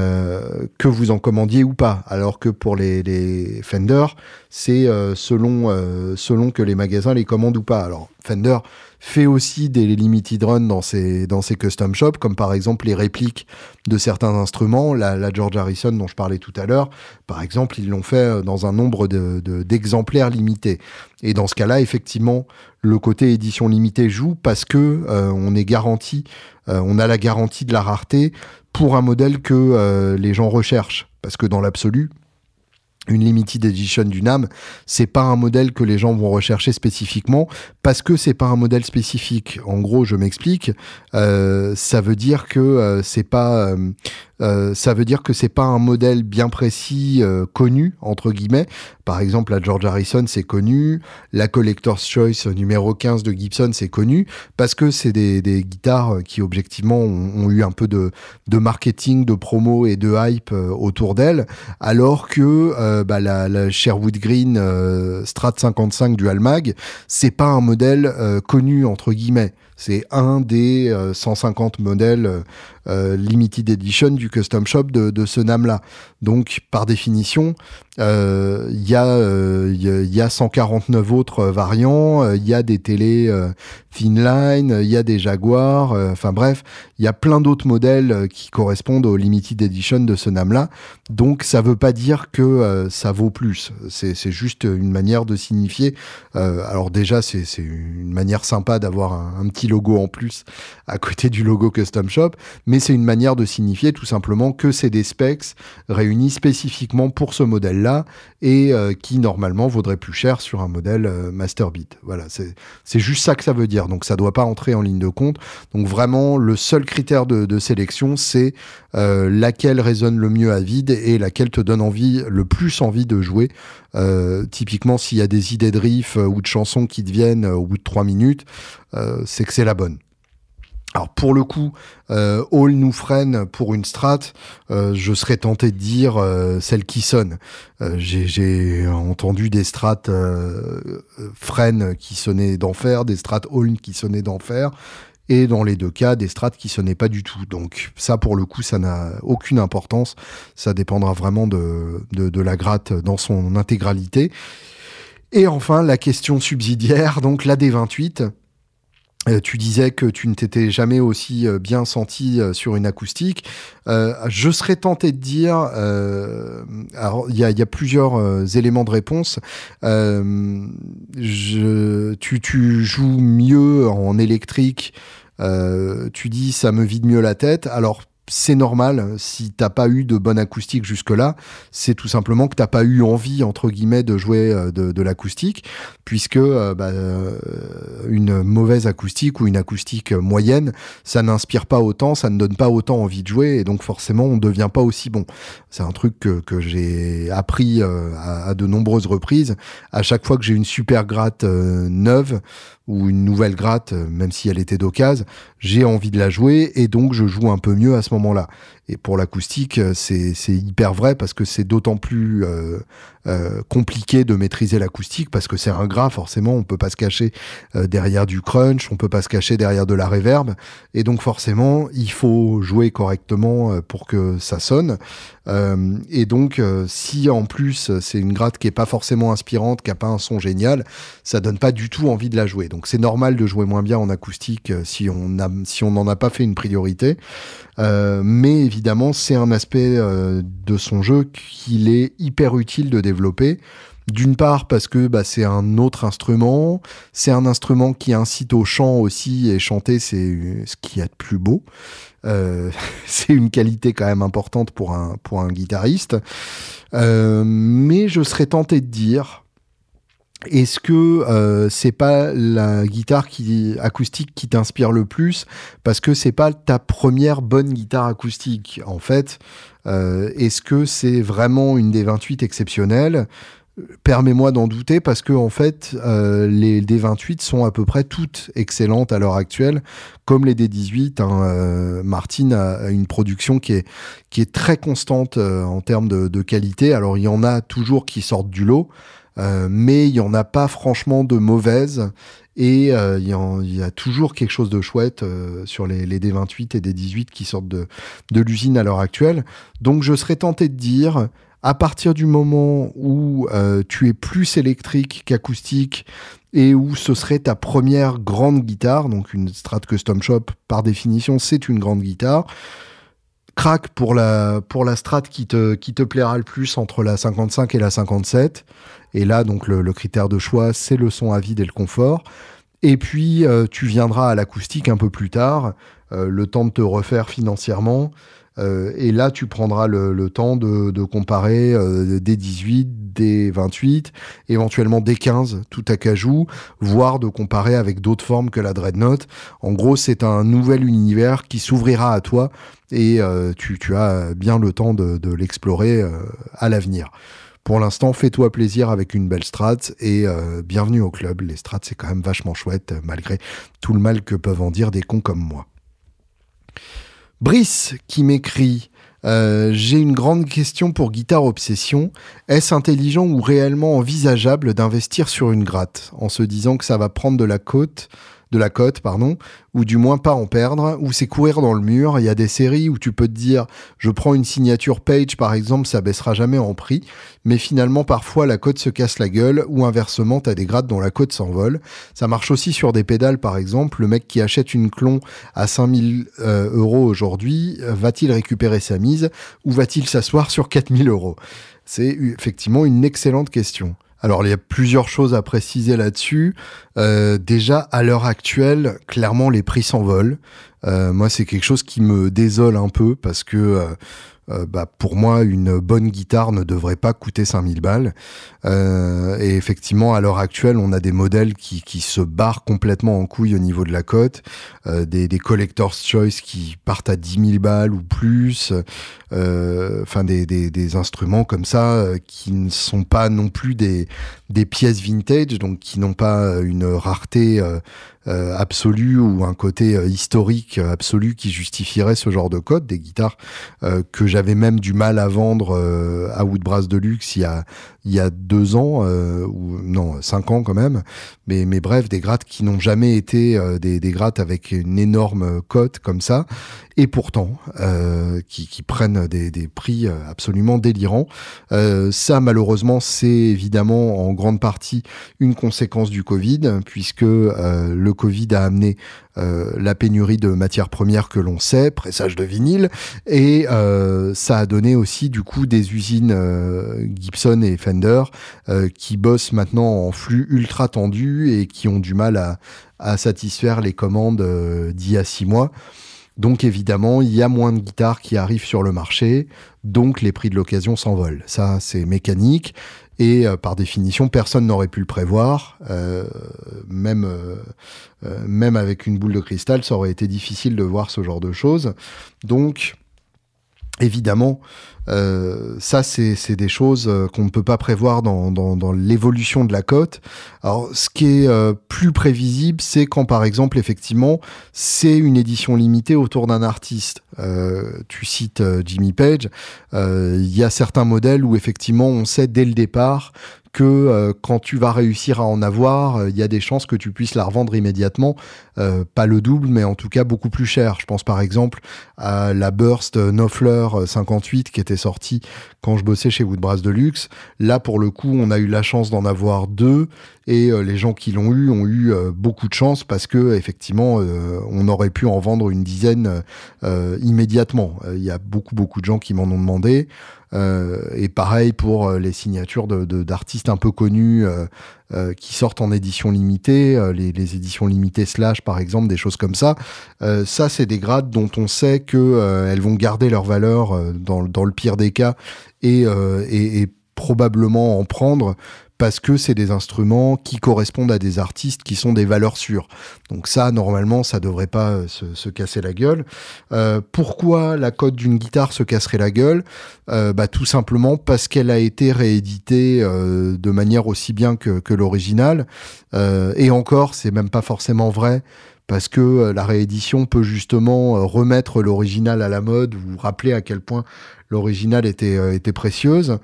Speaker 1: euh, que vous en commandiez ou pas, alors que pour les, les Fender c'est euh, selon, euh, selon que les magasins les commandent ou pas. Alors Fender fait aussi des limited runs dans ses, dans ses custom shops, comme par exemple les répliques de certains instruments, la, la George Harrison dont je parlais tout à l'heure, par exemple, ils l'ont fait dans un nombre de, de, d'exemplaires limités. Et dans ce cas-là, effectivement, le côté édition limitée joue parce que euh, on est garanti, euh, on a la garantie de la rareté pour un modèle que euh, les gens recherchent. Parce que dans l'absolu, une limited edition du NAMM, c'est pas un modèle que les gens vont rechercher spécifiquement parce que c'est pas un modèle spécifique. En gros, je m'explique. Euh, ça veut dire que euh, c'est pas, euh, euh, ça veut dire que c'est pas un modèle bien précis, euh, connu entre guillemets. Par exemple, la George Harrison, c'est connu. La Collector's Choice numéro quinze de Gibson, c'est connu parce que c'est des, des guitares qui objectivement ont, ont eu un peu de, de marketing, de promo et de hype euh, autour d'elles, alors que euh, bah, la, la Sherwood Green euh, Strat cinquante-cinq du Almag, c'est pas un modèle euh, connu entre guillemets. C'est un des euh, cent cinquante modèles euh, limited edition du custom shop de, de ce NAMM-là. Donc, par définition, il euh, y, euh, y, y a cent quarante-neuf autres variants, il euh, y a des télés euh, Thinline, il y a des Jaguar, enfin euh, bref, il y a plein d'autres modèles euh, qui correspondent au limited edition de ce NAMM-là. Donc, ça veut pas dire que euh, ça vaut plus. C'est, c'est juste une manière de signifier. Euh, alors déjà, c'est, c'est une manière sympa d'avoir un, un petit logo en plus à côté du logo Custom Shop, mais c'est une manière de signifier tout simplement que c'est des specs réunis spécifiquement pour ce modèle-là et euh, qui normalement vaudrait plus cher sur un modèle euh, Masterbeat. Voilà, c'est, c'est juste ça que ça veut dire. Donc ça doit pas entrer en ligne de compte. Donc vraiment, le seul critère de, de sélection, c'est euh, laquelle résonne le mieux à vide et laquelle te donne envie, le plus envie de jouer. Euh, typiquement, s'il y a des idées de riff euh, ou de chansons qui te viennent euh, au bout de trois minutes, euh, c'est que c'est la bonne. Alors pour le coup, euh, Hall nous freine pour une strat, euh, je serais tenté de dire euh, celle qui sonne. Euh, j'ai, j'ai entendu des strats euh, freine qui sonnaient d'enfer, des strats Hall qui sonnaient d'enfer, et dans les deux cas, des strats qui sonnaient pas du tout. Donc ça, pour le coup, ça n'a aucune importance. Ça dépendra vraiment de, de, de la gratte dans son intégralité. Et enfin, la question subsidiaire, donc la D vingt-huit. Euh, tu disais que tu ne t'étais jamais aussi euh, bien senti euh, sur une acoustique. Euh, je serais tenté de dire, euh, alors il y a, y a plusieurs euh, éléments de réponse. Euh, je, tu, tu joues mieux en électrique. Euh, tu dis ça me vide mieux la tête. Alors c'est normal, si t'as pas eu de bonne acoustique jusque-là, c'est tout simplement que t'as pas eu envie, entre guillemets, de jouer de, de l'acoustique, puisque euh, bah, euh, une mauvaise acoustique ou une acoustique moyenne, ça n'inspire pas autant, ça ne donne pas autant envie de jouer, et donc forcément, on ne devient pas aussi bon. C'est un truc que, que j'ai appris euh, à, à de nombreuses reprises. À chaque fois que j'ai une super gratte euh, neuve, ou une nouvelle gratte, même si elle était d'occasion, j'ai envie de la jouer et donc je joue un peu mieux à ce moment-là. Et pour l'acoustique, c'est, c'est hyper vrai parce que c'est d'autant plus euh, euh, compliqué de maîtriser l'acoustique parce que c'est un gras, forcément, on peut pas se cacher euh, derrière du crunch, on peut pas se cacher derrière de la reverb, et donc forcément, il faut jouer correctement euh, pour que ça sonne. Euh, et donc, euh, si en plus c'est une gratte qui est pas forcément inspirante, qui a pas un son génial, ça donne pas du tout envie de la jouer. Donc c'est normal de jouer moins bien en acoustique euh, si on a, si on n'en a pas fait une priorité. Euh, mais évidemment, c'est un aspect euh, de son jeu qu'il est hyper utile de développer. D'une part parce que bah, c'est un autre instrument, c'est un instrument qui incite au chant aussi, et chanter c'est ce qu'il y a de plus beau. Euh, c'est une qualité quand même importante pour un, pour un guitariste. Euh, mais je serais tenté de dire, est-ce que euh, c'est pas la guitare qui, acoustique qui t'inspire le plus parce que c'est pas ta première bonne guitare acoustique en fait, euh, est-ce que c'est vraiment une D vingt-huit exceptionnelle? Permets-moi d'en douter parce que en fait euh, les D vingt-huit sont à peu près toutes excellentes à l'heure actuelle, comme les D dix-huit. Hein, euh, Martin a une production qui est qui est très constante euh, en termes de, de qualité. Alors il y en a toujours qui sortent du lot. Euh, mais il n'y en a pas franchement de mauvaises et euh, il, y en, il y a toujours quelque chose de chouette euh, sur les, les D vingt-huit et D dix-huit qui sortent de, de l'usine à l'heure actuelle. Donc je serais tenté de dire, à partir du moment où euh, tu es plus électrique qu'acoustique et où ce serait ta première grande guitare, donc une Strat Custom Shop par définition c'est une grande guitare, craque pour la, pour la Strat qui te, qui te plaira le plus entre la cinquante-cinq et la cinquante-sept. Et là, donc, le, le critère de choix, c'est le son à vide et le confort. Et puis, euh, tu viendras à l'acoustique un peu plus tard, euh, le temps de te refaire financièrement. Euh, et là, tu prendras le, le temps de, de comparer euh, D dix-huit, D vingt-huit, éventuellement D quinze, tout à cajou, voire de comparer avec d'autres formes que la Dreadnought. En gros, c'est un nouvel univers qui s'ouvrira à toi et euh, tu, tu as bien le temps de, de l'explorer euh, à l'avenir. Pour l'instant, fais-toi plaisir avec une belle Strat et euh, bienvenue au club. Les Strats, c'est quand même vachement chouette, malgré tout le mal que peuvent en dire des cons comme moi. Brice qui m'écrit euh, « J'ai une grande question pour Guitare Obsession. Est-ce intelligent ou réellement envisageable d'investir sur une gratte en se disant que ça va prendre de la cote de la cote, pardon, ou du moins pas en perdre, ou c'est courir dans le mur. Il y a des séries où tu peux te dire, je prends une signature page par exemple, ça baissera jamais en prix, mais finalement parfois la cote se casse la gueule, ou inversement t'as des grades dont la cote s'envole. Ça marche aussi sur des pédales par exemple. Le mec qui achète une clon à cinq mille euh, euros aujourd'hui, va-t-il récupérer sa mise ou va-t-il s'asseoir sur quatre mille euros? C'est effectivement une excellente question. Alors, il y a plusieurs choses à préciser là-dessus. Euh, déjà, à l'heure actuelle, clairement, les prix s'envolent. Euh, moi, c'est quelque chose qui me désole un peu parce que euh, euh, bah, pour moi, une bonne guitare ne devrait pas coûter cinq mille balles. Euh, et effectivement, à l'heure actuelle, on a des modèles qui, qui se barrent complètement en couille au niveau de la cote. Euh, des, des Collector's Choice qui partent à dix mille balles ou plus. Euh, enfin, des, des, des instruments comme ça euh, qui ne sont pas non plus des, des pièces vintage, donc qui n'ont pas une rareté euh, euh, absolue ou un côté euh, historique absolu qui justifierait ce genre de cote. Des guitares euh, que j'avais même du mal à vendre euh, à Woodbrass Deluxe il y a il y a deux ans euh, ou non cinq ans quand même, mais mais bref, des grattes qui n'ont jamais été euh, des des grattes avec une énorme cote comme ça, et pourtant euh, qui qui prennent des des prix absolument délirants. Euh, ça malheureusement c'est évidemment en grande partie une conséquence du Covid, puisque euh, le Covid a amené Euh, la pénurie de matières premières que l'on sait, pressage de vinyle, et euh, ça a donné aussi du coup des usines euh, Gibson et Fender euh, qui bossent maintenant en flux ultra tendu et qui ont du mal à, à satisfaire les commandes euh, d'il y a six mois. Donc évidemment, il y a moins de guitares qui arrivent sur le marché, donc les prix de l'occasion s'envolent. Ça, c'est mécanique. Et euh, par définition, personne n'aurait pu le prévoir. Euh, même, euh, euh, même avec une boule de cristal, ça aurait été difficile de voir ce genre de choses. Donc, évidemment, euh, ça, c'est, c'est des choses euh, qu'on ne peut pas prévoir dans, dans, dans l'évolution de la cote. Alors, ce qui est euh, plus prévisible, c'est quand, par exemple, effectivement, c'est une édition limitée autour d'un artiste. Euh, tu cites euh, Jimmy Page. Il euh, y a certains modèles où, effectivement, on sait dès le départ que euh, quand tu vas réussir à en avoir, il euh, y a des chances que tu puisses la revendre immédiatement, euh, pas le double, mais en tout cas beaucoup plus cher. Je pense par exemple à la Burst Knopfler cinquante-huit qui était sortie quand je bossais chez Woodbrass Deluxe. Là, pour le coup, on a eu la chance d'en avoir deux, et euh, les gens qui l'ont eu ont eu euh, beaucoup de chance parce que effectivement, euh, on aurait pu en vendre une dizaine euh, immédiatement. Il y a beaucoup beaucoup de gens qui m'en ont demandé. Euh, et pareil pour euh, les signatures de, de, d'artistes un peu connus euh, euh, qui sortent en édition limitée, euh, les, les éditions limitées Slash par exemple, des choses comme ça. Euh, ça, c'est des grades dont on sait que euh, elles vont garder leur valeur euh, dans, dans le pire des cas et, euh, et, et probablement en prendre, parce que c'est des instruments qui correspondent à des artistes qui sont des valeurs sûres. Donc ça, normalement, ça devrait pas se, se casser la gueule. Euh, pourquoi la cote d'une guitare se casserait la gueule ? euh, bah, tout simplement parce qu'elle a été rééditée euh, de manière aussi bien que, que l'original. Euh, et encore, c'est même pas forcément vrai, parce que euh, la réédition peut justement euh, remettre l'original à la mode, vous rappeler à quel point l'original était, euh, était précieuse.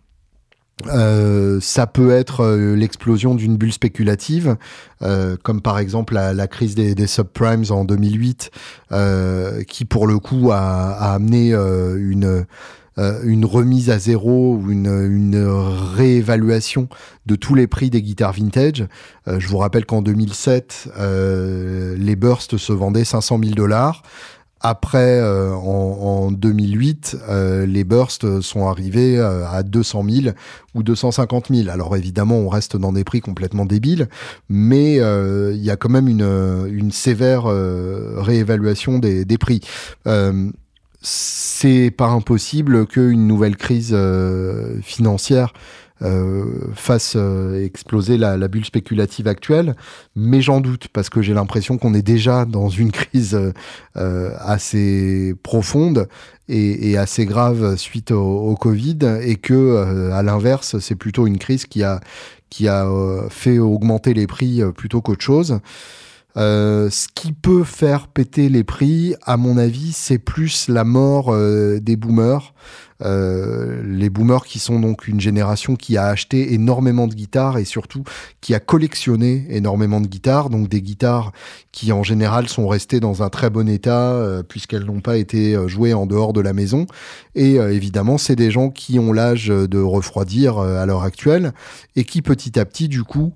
Speaker 1: Euh, ça peut être euh, l'explosion d'une bulle spéculative, euh, comme par exemple la, la crise des, des subprimes en deux mille huit, euh, qui pour le coup a, a amené euh, une, euh, une remise à zéro ou une, une réévaluation de tous les prix des guitares vintage. Euh, je vous rappelle qu'en deux mille sept, euh, les Burst se vendaient cinq cent mille dollars. Après, euh, en, en deux mille huit, euh, les Burst sont arrivés euh, à deux cent mille ou deux cent cinquante mille. Alors évidemment, on reste dans des prix complètement débiles, mais il euh, y a quand même une, une sévère euh, réévaluation des, des prix. Euh, c'est pas impossible qu'une nouvelle crise euh, financière Euh, fasse euh, exploser la, la bulle spéculative actuelle, mais j'en doute, parce que j'ai l'impression qu'on est déjà dans une crise euh, assez profonde et, et assez grave suite au, au Covid, et que euh, à l'inverse, c'est plutôt une crise qui a, qui a euh, fait augmenter les prix euh, plutôt qu'autre chose. Euh, ce qui peut faire péter les prix, à mon avis, c'est plus la mort euh, des boomers. Euh, les boomers qui sont donc une génération qui a acheté énormément de guitares et surtout qui a collectionné énormément de guitares, donc des guitares qui en général sont restées dans un très bon état euh, puisqu'elles n'ont pas été jouées en dehors de la maison. Et euh, évidemment, c'est des gens qui ont l'âge de refroidir euh, à l'heure actuelle et qui petit à petit, du coup,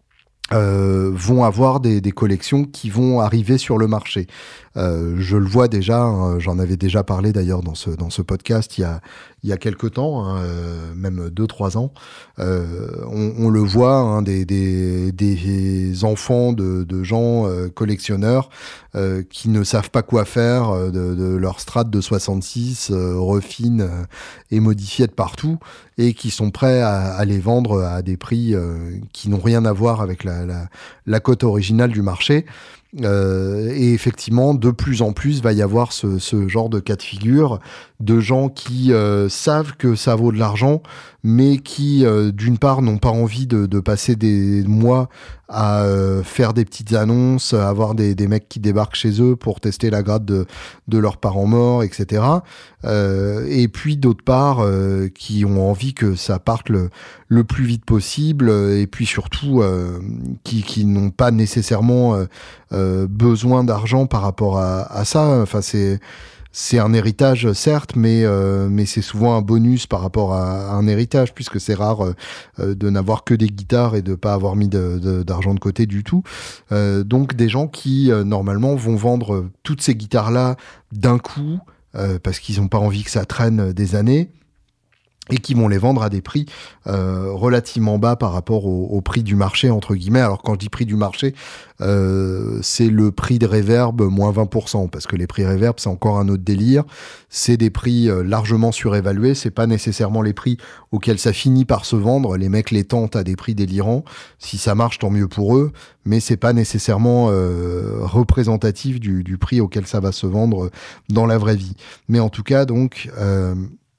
Speaker 1: Euh, vont avoir des, des collections qui vont arriver sur le marché. Euh, je le vois déjà, hein, j'en avais déjà parlé d'ailleurs dans ce, dans ce podcast il y a, il y a quelques temps, hein, euh, même deux, trois ans. Euh, on, on le voit, hein, des, des, des enfants de, de gens euh, collectionneurs euh, qui ne savent pas quoi faire euh, de, de leur Strat de soixante-six, euh, refine euh, et modifiée de partout, et qui sont prêts à, à les vendre à des prix euh, qui n'ont rien à voir avec la, la, la cote originale du marché. Euh, et effectivement, de plus en plus, va y avoir ce, ce genre de cas de figure de gens qui euh, savent que ça vaut de l'argent, mais qui, euh, d'une part, n'ont pas envie de, de passer des mois à euh, faire des petites annonces, à avoir des, des mecs qui débarquent chez eux pour tester la grade de, de leurs parents morts, et cetera. Euh, et puis, d'autre part, euh, qui ont envie que ça parte le, le plus vite possible, et puis surtout, euh, qui, qui n'ont pas nécessairement euh, euh, besoin d'argent par rapport à, à ça. Enfin, c'est... C'est un héritage, certes, mais, euh, mais c'est souvent un bonus par rapport à, à un héritage, puisque c'est rare euh, de n'avoir que des guitares et de ne pas avoir mis de, de, d'argent de côté du tout. Euh, donc des gens qui, euh, normalement, vont vendre toutes ces guitares-là d'un coup, euh, parce qu'ils n'ont pas envie que ça traîne des années, et qui vont les vendre à des prix euh, relativement bas par rapport au, au prix du marché, entre guillemets. Alors quand je dis prix du marché, euh, c'est le prix de Reverb moins vingt pour cent, parce que les prix Reverb, c'est encore un autre délire. C'est des prix euh, largement surévalués, c'est pas nécessairement les prix auxquels ça finit par se vendre. Les mecs les tentent à des prix délirants. Si ça marche, tant mieux pour eux, mais c'est pas nécessairement euh, représentatif du, du prix auquel ça va se vendre dans la vraie vie. Mais en tout cas, donc... Euh,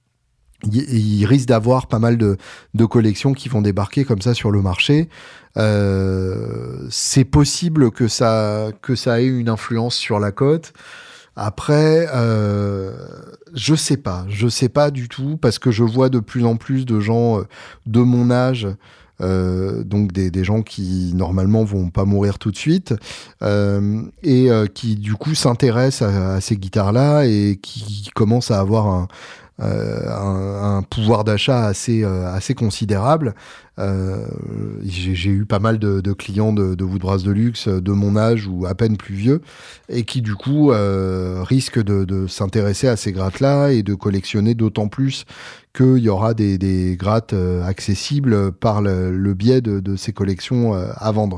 Speaker 1: il risque d'avoir pas mal de, de collections qui vont débarquer comme ça sur le marché. Euh, c'est possible que ça, que ça ait une influence sur la cote. Après, euh, je sais pas. Je sais pas du tout, parce que je vois de plus en plus de gens de mon âge, Euh, donc des, des gens qui normalement vont pas mourir tout de suite, euh, et euh, qui du coup s'intéressent à, à ces guitares-là et qui, qui commencent à avoir un, euh, un, un pouvoir d'achat assez, euh, assez considérable. Euh, j'ai, j'ai eu pas mal de, de clients de, de Woodbrass Deluxe de mon âge ou à peine plus vieux, et qui du coup euh, risquent de, de s'intéresser à ces grattes-là et de collectionner, d'autant plus qu'il y aura des, des grattes euh, accessibles par le, le biais de, de ces collections euh, à vendre.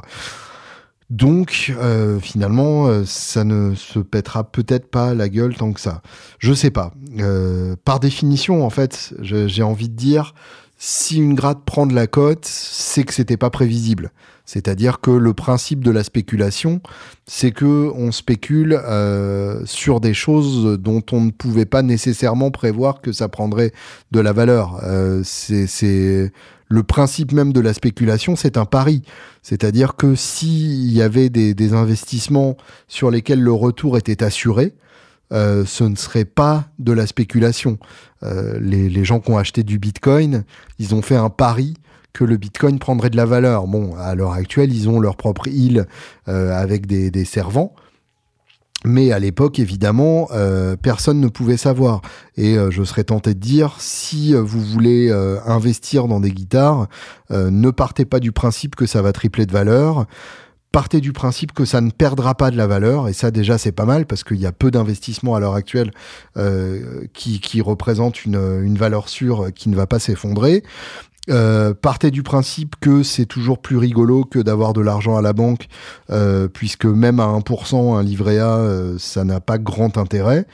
Speaker 1: Donc, euh, finalement, euh, ça ne se pètera peut-être pas la gueule tant que ça. Je sais pas. Euh, par définition, en fait, je, j'ai envie de dire, si une gratte prend de la cote, c'est que c'était pas prévisible. C'est-à-dire que le principe de la spéculation, c'est que on spécule euh, sur des choses dont on ne pouvait pas nécessairement prévoir que ça prendrait de la valeur. Euh, c'est, c'est le principe même de la spéculation, c'est un pari. C'est-à-dire que s'il y avait des, des investissements sur lesquels le retour était assuré, Euh, ce ne serait pas de la spéculation. Euh, les, les gens qui ont acheté du Bitcoin, ils ont fait un pari que le Bitcoin prendrait de la valeur. Bon, à l'heure actuelle, ils ont leur propre île euh, avec des, des servants. Mais à l'époque, évidemment, euh, personne ne pouvait savoir. Et euh, je serais tenté de dire, si euh, vous voulez euh, investir dans des guitares, euh, ne partez pas du principe que ça va tripler de valeur. Partez du principe que ça ne perdra pas de la valeur, et ça déjà c'est pas mal, parce qu'il y a peu d'investissements à l'heure actuelle euh, qui, qui représentent une, une valeur sûre qui ne va pas s'effondrer. Euh, partez du principe que c'est toujours plus rigolo que d'avoir de l'argent à la banque, euh, puisque même à un pour cent, un livret A, euh, ça n'a pas grand intérêt.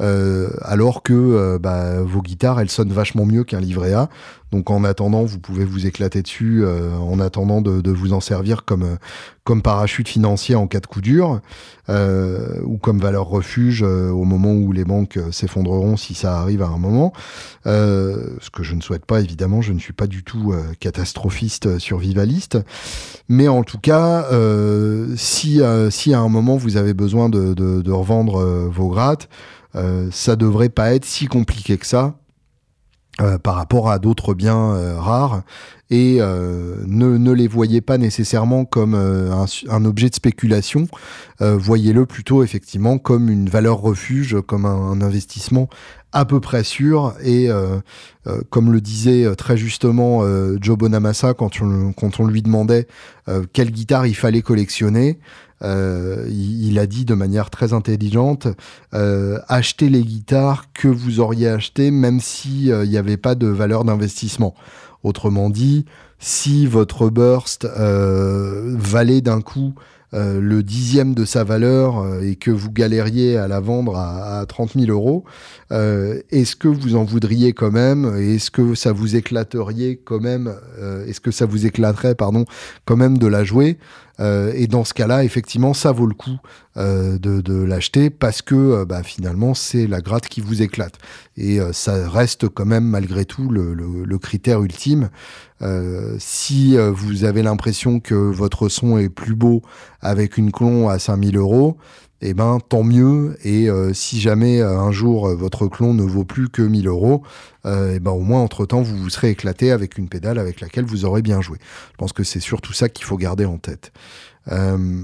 Speaker 1: euh, alors que euh, bah, vos guitares, elles sonnent vachement mieux qu'un livret A. Donc en attendant, vous pouvez vous éclater dessus, euh, en attendant de, de vous en servir comme, euh, comme parachute financier en cas de coup dur, euh, ou comme valeur refuge euh, au moment où les banques euh, s'effondreront, si ça arrive à un moment. Euh, ce que je ne souhaite pas, évidemment, je ne suis pas du tout euh, catastrophiste, euh, survivaliste. Mais en tout cas, euh, si, euh, si à un moment vous avez besoin de, de, de revendre euh, vos grattes, euh, ça devrait pas être si compliqué que ça. Euh, par rapport à d'autres biens euh, rares, et euh, ne, ne les voyez pas nécessairement comme euh, un, un objet de spéculation, euh, voyez-le plutôt effectivement comme une valeur refuge, comme un, un investissement à peu près sûr, et euh, euh, comme le disait très justement euh, Joe Bonamassa quand on, quand on lui demandait euh, quelle guitare il fallait collectionner, Euh, il, il a dit de manière très intelligente, euh, achetez les guitares que vous auriez achetées même si euh, il n'y avait pas de valeur d'investissement. Autrement dit, si votre burst euh, valait d'un coup euh, le dixième de sa valeur euh, et que vous galériez à la vendre à, à trente mille euros, euh, est-ce que vous en voudriez quand même? Est-ce que ça vous éclateriez quand même euh, Est-ce que ça vous éclaterait, pardon, quand même de la jouer? Euh, et dans ce cas-là, effectivement, ça vaut le coup euh, de, de l'acheter parce que euh, bah, finalement, c'est la gratte qui vous éclate. Et euh, ça reste quand même, malgré tout, le, le, le critère ultime. Euh, si euh, vous avez l'impression que votre son est plus beau avec une clon à cinq mille euros, eh ben, tant mieux. Et euh, si jamais euh, un jour euh, votre clon ne vaut plus que mille euros, euh, eh ben, au moins entre-temps, vous vous serez éclaté avec une pédale avec laquelle vous aurez bien joué. Je pense que c'est surtout ça qu'il faut garder en tête. Euh,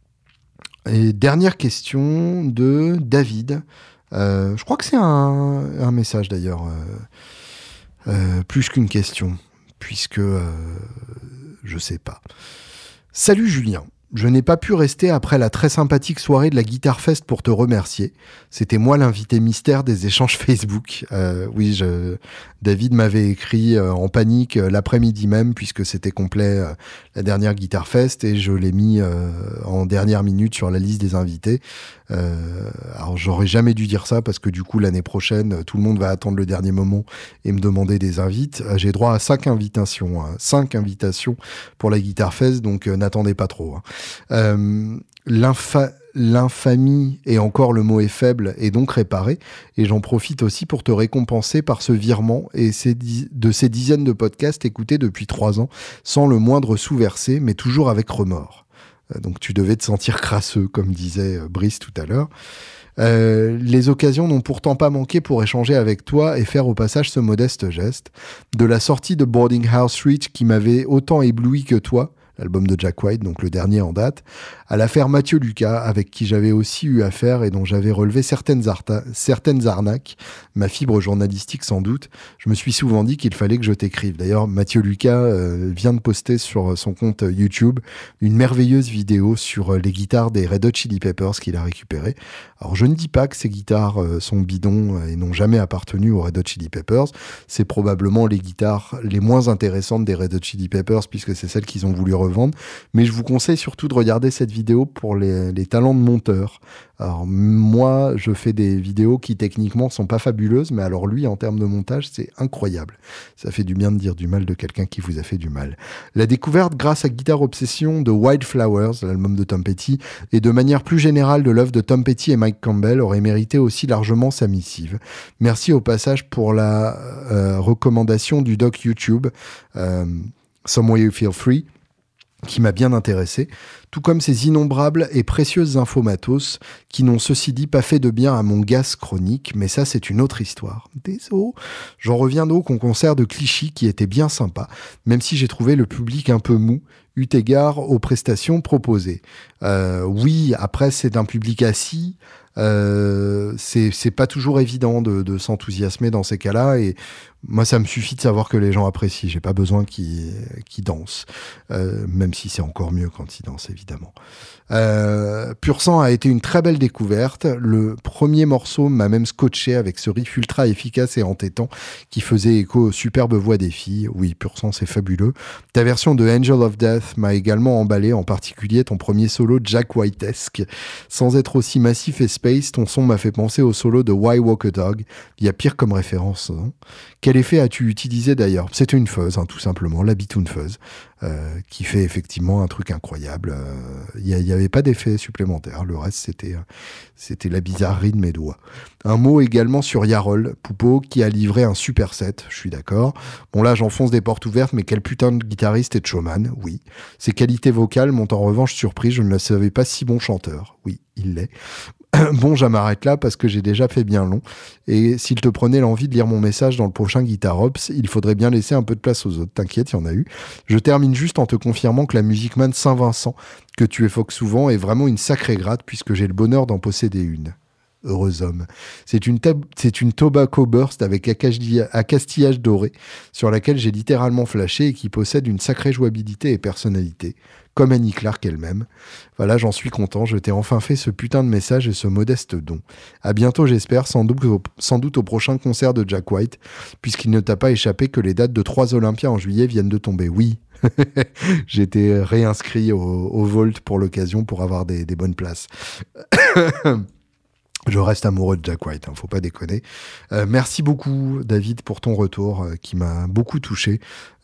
Speaker 1: et dernière question de David. Euh, je crois que c'est un, un message d'ailleurs, euh, euh, plus qu'une question, puisque euh, je sais pas. Salut Julien. Je n'ai pas pu rester après la très sympathique soirée de la Guitar Fest pour te remercier. C'était moi l'invité mystère des échanges Facebook. Euh, oui, je... David m'avait écrit euh, en panique euh, l'après-midi même, puisque c'était complet euh, la dernière Guitar Fest, et je l'ai mis euh, en dernière minute sur la liste des invités. Euh, alors j'aurais jamais dû dire ça, parce que du coup l'année prochaine, tout le monde va attendre le dernier moment et me demander des invites. Euh, j'ai droit à cinq invitations, hein, cinq invitations pour la Guitar Fest, donc euh, n'attendez pas trop. Hein. Euh, l'infa... L'infamie, et encore le mot est faible, est donc réparée, et j'en profite aussi pour te récompenser par ce virement et ces di- de ces dizaines de podcasts écoutés depuis trois ans, sans le moindre sous-versé, mais toujours avec remords. Euh, donc tu devais te sentir crasseux, comme disait euh, Brice tout à l'heure. Euh, les occasions n'ont pourtant pas manqué pour échanger avec toi et faire au passage ce modeste geste. De la sortie de Boarding House Reach qui m'avait autant ébloui que toi, l'album de Jack White, donc le dernier en date, à l'affaire Mathieu Lucas, avec qui j'avais aussi eu affaire et dont j'avais relevé certaines, arta- certaines arnaques, ma fibre journalistique sans doute, je me suis souvent dit qu'il fallait que je t'écrive. D'ailleurs, Mathieu Lucas euh, vient de poster sur son compte YouTube une merveilleuse vidéo sur les guitares des Red Hot Chili Peppers qu'il a récupérées. Alors, je ne dis pas que ces guitares euh, sont bidons et n'ont jamais appartenu aux Red Hot Chili Peppers. C'est probablement les guitares les moins intéressantes des Red Hot Chili Peppers, puisque c'est celles qu'ils ont voulu revendre. Mais je vous conseille surtout de regarder cette vidéo pour les, les talents de monteur. Alors moi, je fais des vidéos qui techniquement sont pas fabuleuses, mais alors lui, en termes de montage, c'est incroyable. Ça fait du bien de dire du mal de quelqu'un qui vous a fait du mal. La découverte grâce à Guitar Obsession de Wildflowers, l'album de Tom Petty, et de manière plus générale de l'œuvre de Tom Petty et Mike Campbell aurait mérité aussi largement sa missive. Merci au passage pour la euh, recommandation du doc YouTube euh, Some Way You Feel Free, qui m'a bien intéressé, tout comme ces innombrables et précieuses infos matos qui n'ont ceci dit pas fait de bien à mon gaz chronique, mais ça c'est une autre histoire. Désolé. J'en reviens donc au concert de Clichy qui était bien sympa, même si j'ai trouvé le public un peu mou, eu égard aux prestations proposées. Euh, oui, après c'est un public assis, euh, c'est, c'est pas toujours évident de, de s'enthousiasmer dans ces cas-là, et moi ça me suffit de savoir que les gens apprécient, j'ai pas besoin qu'ils, qu'ils dansent, euh, même si c'est encore mieux quand ils dansent évidemment. Euh, Pur Sang a été une très belle découverte, le premier morceau m'a même scotché avec ce riff ultra efficace et entêtant qui faisait écho aux superbes voix des filles. Oui, Pur Sang c'est fabuleux. Ta version de Angel of Death m'a également emballé, en particulier ton premier solo Jack Whitesque. Sans être aussi massif et space, ton son m'a fait penser penser au solo de Why Walk a Dog. Il y a pire comme référence. Hein. Quel effet as-tu utilisé d'ailleurs ? C'était une fuzz, hein, tout simplement, la Bitoon Fuzz, euh, qui fait effectivement un truc incroyable. Il euh, n'y avait pas d'effet supplémentaire. Le reste, c'était, c'était la bizarrerie de mes doigts. Un mot également sur Yarol, Poupeau, qui a livré un super set, je suis d'accord. Bon là, j'enfonce des portes ouvertes, mais quel putain de guitariste et de showman, oui. Ses qualités vocales m'ont en revanche surpris, je ne le savais pas si bon chanteur. Oui, il l'est. Bon, je m'arrête là parce que j'ai déjà fait bien long. Et s'il te prenait l'envie de lire mon message dans le prochain Guitar Ops, il faudrait bien laisser un peu de place aux autres. T'inquiète, il y en a eu. Je termine juste en te confirmant que la Music Man Saint-Vincent, que tu évoques souvent, est vraiment une sacrée gratte puisque j'ai le bonheur d'en posséder une. Heureux homme. C'est une, tab- c'est une Tobacco Burst avec accastillage doré sur laquelle j'ai littéralement flashé et qui possède une sacrée jouabilité et personnalité, comme Annie Clark elle-même. Voilà, j'en suis content, je t'ai enfin fait ce putain de message et ce modeste don. À bientôt, j'espère, sans doute au, sans doute au prochain concert de Jack White, puisqu'il ne t'a pas échappé que les dates de trois Olympias en juillet viennent de tomber. Oui, j'ai été réinscrit au, au Volt pour l'occasion pour avoir des, des bonnes places. Je reste amoureux de Jack White, hein, faut pas déconner. Euh, merci beaucoup, David, pour ton retour euh, qui m'a beaucoup touché.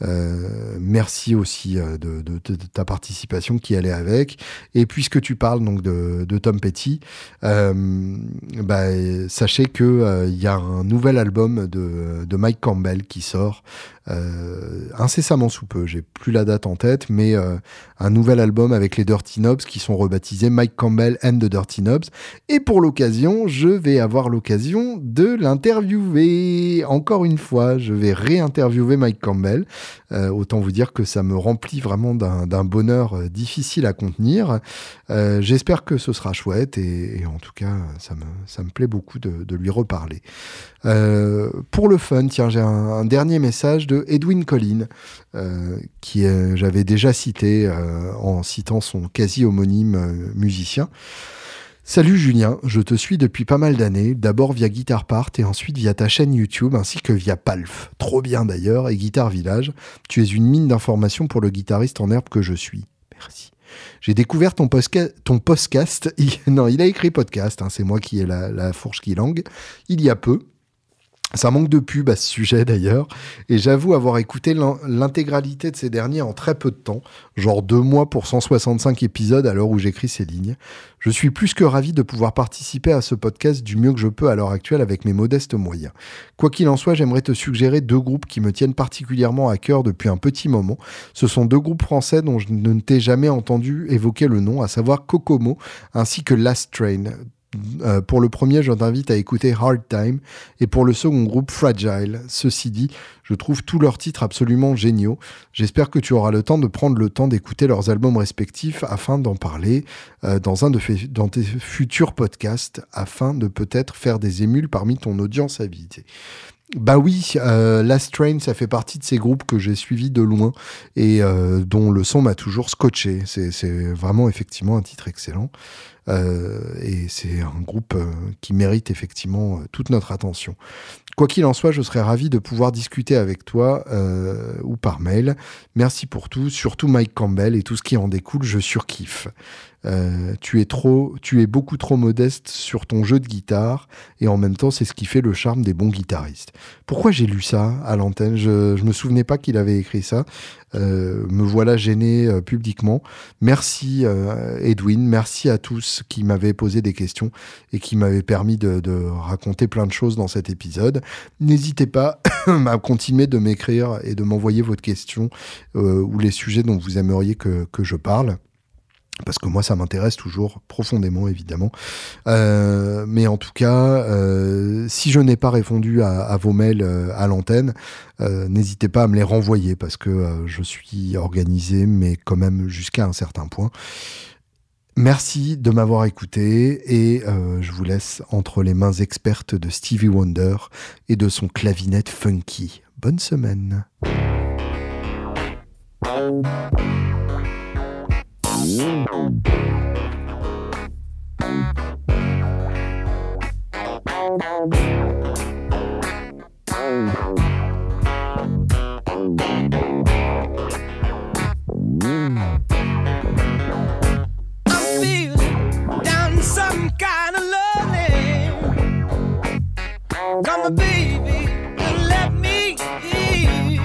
Speaker 1: Euh, merci aussi euh, de, de, de, de ta participation qui allait avec. Et puisque tu parles donc de, de Tom Petty, euh, bah, sachez que euh, y a un nouvel album de, de Mike Campbell qui sort euh, incessamment sous peu. J'ai plus la date en tête, mais euh, un nouvel album avec les Dirty Knobs qui sont rebaptisés Mike Campbell and the Dirty Knobs. Et pour l'occasion, je vais avoir l'occasion de l'interviewer. Encore une fois, je vais réinterviewer Mike Campbell. Euh, autant vous dire que ça me remplit vraiment d'un, d'un bonheur euh, difficile à contenir. Euh, j'espère que ce sera chouette et, et en tout cas, ça me, ça me plaît beaucoup de, de lui reparler. Euh, pour le fun, tiens, j'ai un, un dernier message de Edwin Collin, euh, qui euh, j'avais déjà cité euh, en citant son quasi-homonyme euh, musicien. Salut Julien, je te suis depuis pas mal d'années, d'abord via Guitar Part et ensuite via ta chaîne YouTube ainsi que via Palf, trop bien d'ailleurs, et Guitar Village. Tu es une mine d'informations pour le guitariste en herbe que je suis. Merci. J'ai découvert ton, posca- ton podcast, il... non il a écrit podcast, hein, c'est moi qui ai la, la fourche qui langue, il y a peu. Ça manque de pub à ce sujet d'ailleurs, et j'avoue avoir écouté l'intégralité de ces derniers en très peu de temps, genre deux mois pour cent soixante-cinq épisodes à l'heure où j'écris ces lignes. Je suis plus que ravi de pouvoir participer à ce podcast du mieux que je peux à l'heure actuelle avec mes modestes moyens. Quoi qu'il en soit, j'aimerais te suggérer deux groupes qui me tiennent particulièrement à cœur depuis un petit moment. Ce sont deux groupes français dont je ne t'ai jamais entendu évoquer le nom, à savoir Kokomo ainsi que Last Train. Euh, pour le premier, je t'invite à écouter Hard Time et pour le second groupe, Fragile. Ceci dit, je trouve tous leurs titres absolument géniaux. J'espère que tu auras le temps de prendre le temps d'écouter leurs albums respectifs afin d'en parler euh, dans un de fait, dans tes futurs podcasts afin de peut-être faire des émules parmi ton audience habilitée. Bah oui, euh, Last Train, ça fait partie de ces groupes que j'ai suivis de loin et euh, dont le son m'a toujours scotché. C'est, c'est vraiment effectivement un titre excellent. Euh, et c'est un groupe euh, qui mérite effectivement euh, toute notre attention. Quoi qu'il en soit, je serais ravi de pouvoir discuter avec toi euh, ou par mail. Merci pour tout, surtout Mike Campbell et tout ce qui en découle, je surkiffe. Euh, tu es trop, tu es beaucoup trop modeste sur ton jeu de guitare et en même temps c'est ce qui fait le charme des bons guitaristes. Pourquoi j'ai lu ça à l'antenne ? Je, je me souvenais pas qu'il avait écrit ça. Euh, me voilà gêné euh, publiquement. Merci euh, Edwin, merci à tous qui m'avaient posé des questions et qui m'avaient permis de, de raconter plein de choses dans cet épisode. N'hésitez pas à continuer de m'écrire et de m'envoyer votre question euh, ou les sujets dont vous aimeriez que, que je parle. Parce que moi, ça m'intéresse toujours profondément, évidemment. Euh, mais en tout cas, euh, si je n'ai pas répondu à, à vos mails euh, à l'antenne, euh, n'hésitez pas à me les renvoyer parce que euh, je suis organisé, mais quand même jusqu'à un certain point. Merci de m'avoir écouté et euh, je vous laisse entre les mains expertes de Stevie Wonder et de son clavinet funky. Bonne semaine.
Speaker 2: I'm feeling down some kind of lonely.
Speaker 3: Come on, baby, and let me in.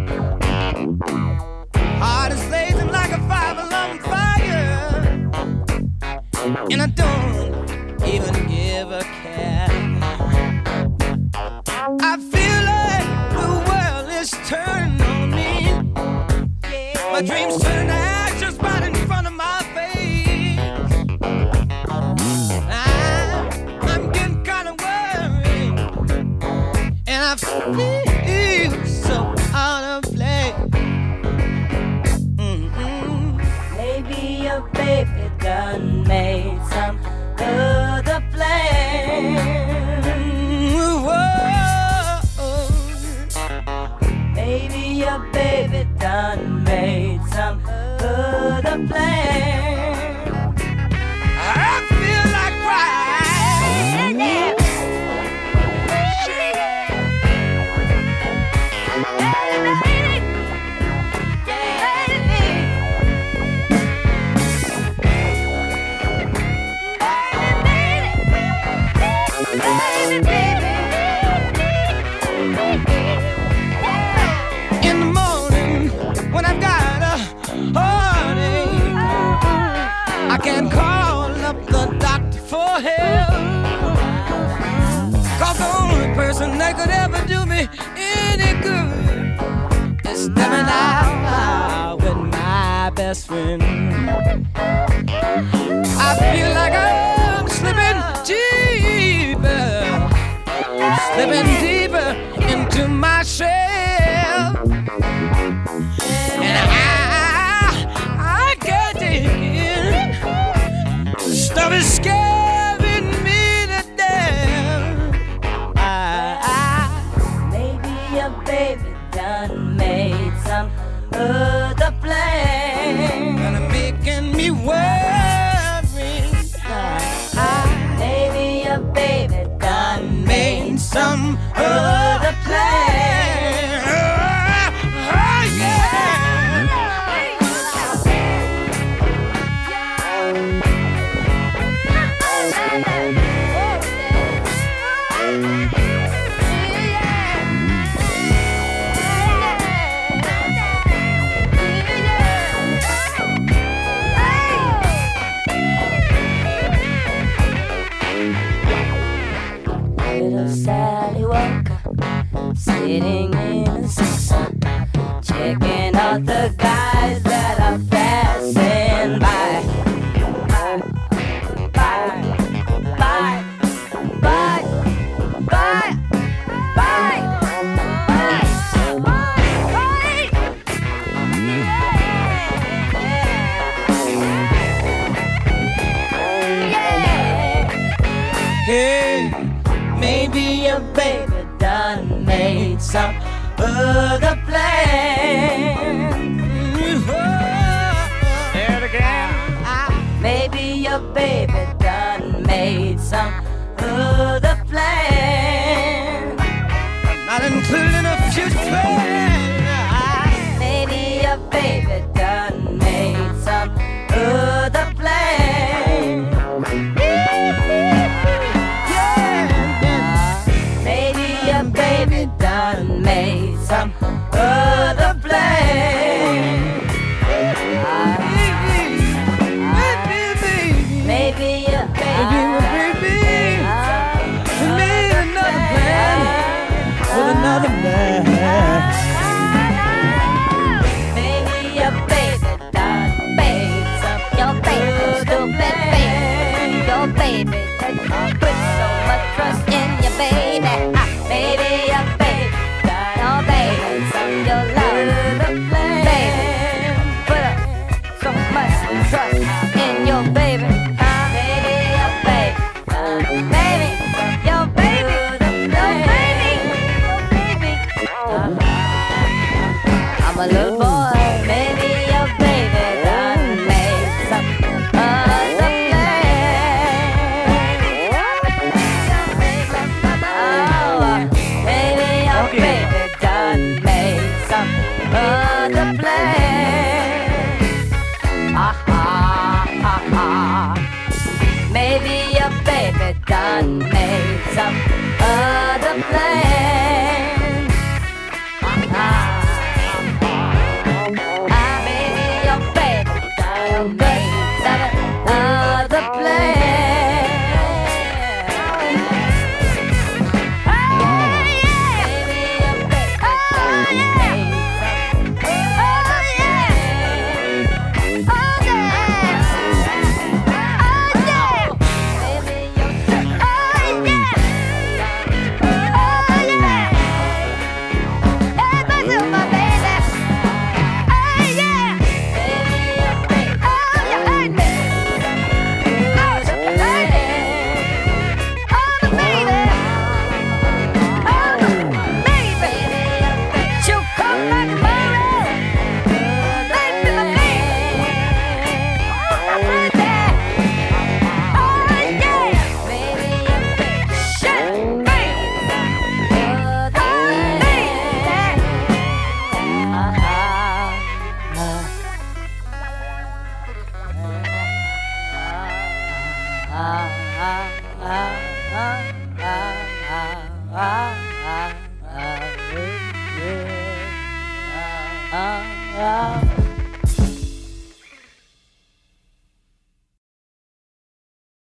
Speaker 3: Heart is blazing like a five-alarm fire, and I don't even give a care. I feel like the world is turning on me. My dreams turn to ashes right in front of my face. I, I'm getting kind of worried, and I feel so out of place. Mm-hmm.
Speaker 4: Maybe your baby done made some other plan.
Speaker 3: Whoa.
Speaker 4: Maybe your baby done made some other plan.
Speaker 3: I feel like crying. Yeah. In the morning, when I've got a heartache, I can call up the doctor for help. Cause the only person that could ever do me any good is stepping out with my best friend. I feel like I'm slipping deeper, slipping deeper into my shell, and I, I get in. Stuff is scaring me to death. I, I,
Speaker 4: Maybe your baby done made some other plan.
Speaker 3: and it's making me worry.
Speaker 4: Maybe your baby done
Speaker 3: Made some other plan. Oh, yeah.
Speaker 4: Little Sally Walker, sitting in a sixer, checking out the guys that are passing by. Bye, bye, bye, bye, bye,
Speaker 3: Hey,
Speaker 4: maybe your baby done made some other plan.
Speaker 3: there it again.
Speaker 4: Maybe your baby done made some other plan.
Speaker 3: Not including a future plan.
Speaker 4: Maybe your baby done made some other plan. Maybe your baby done made some other plan. ah, ah, ah, ah, ah.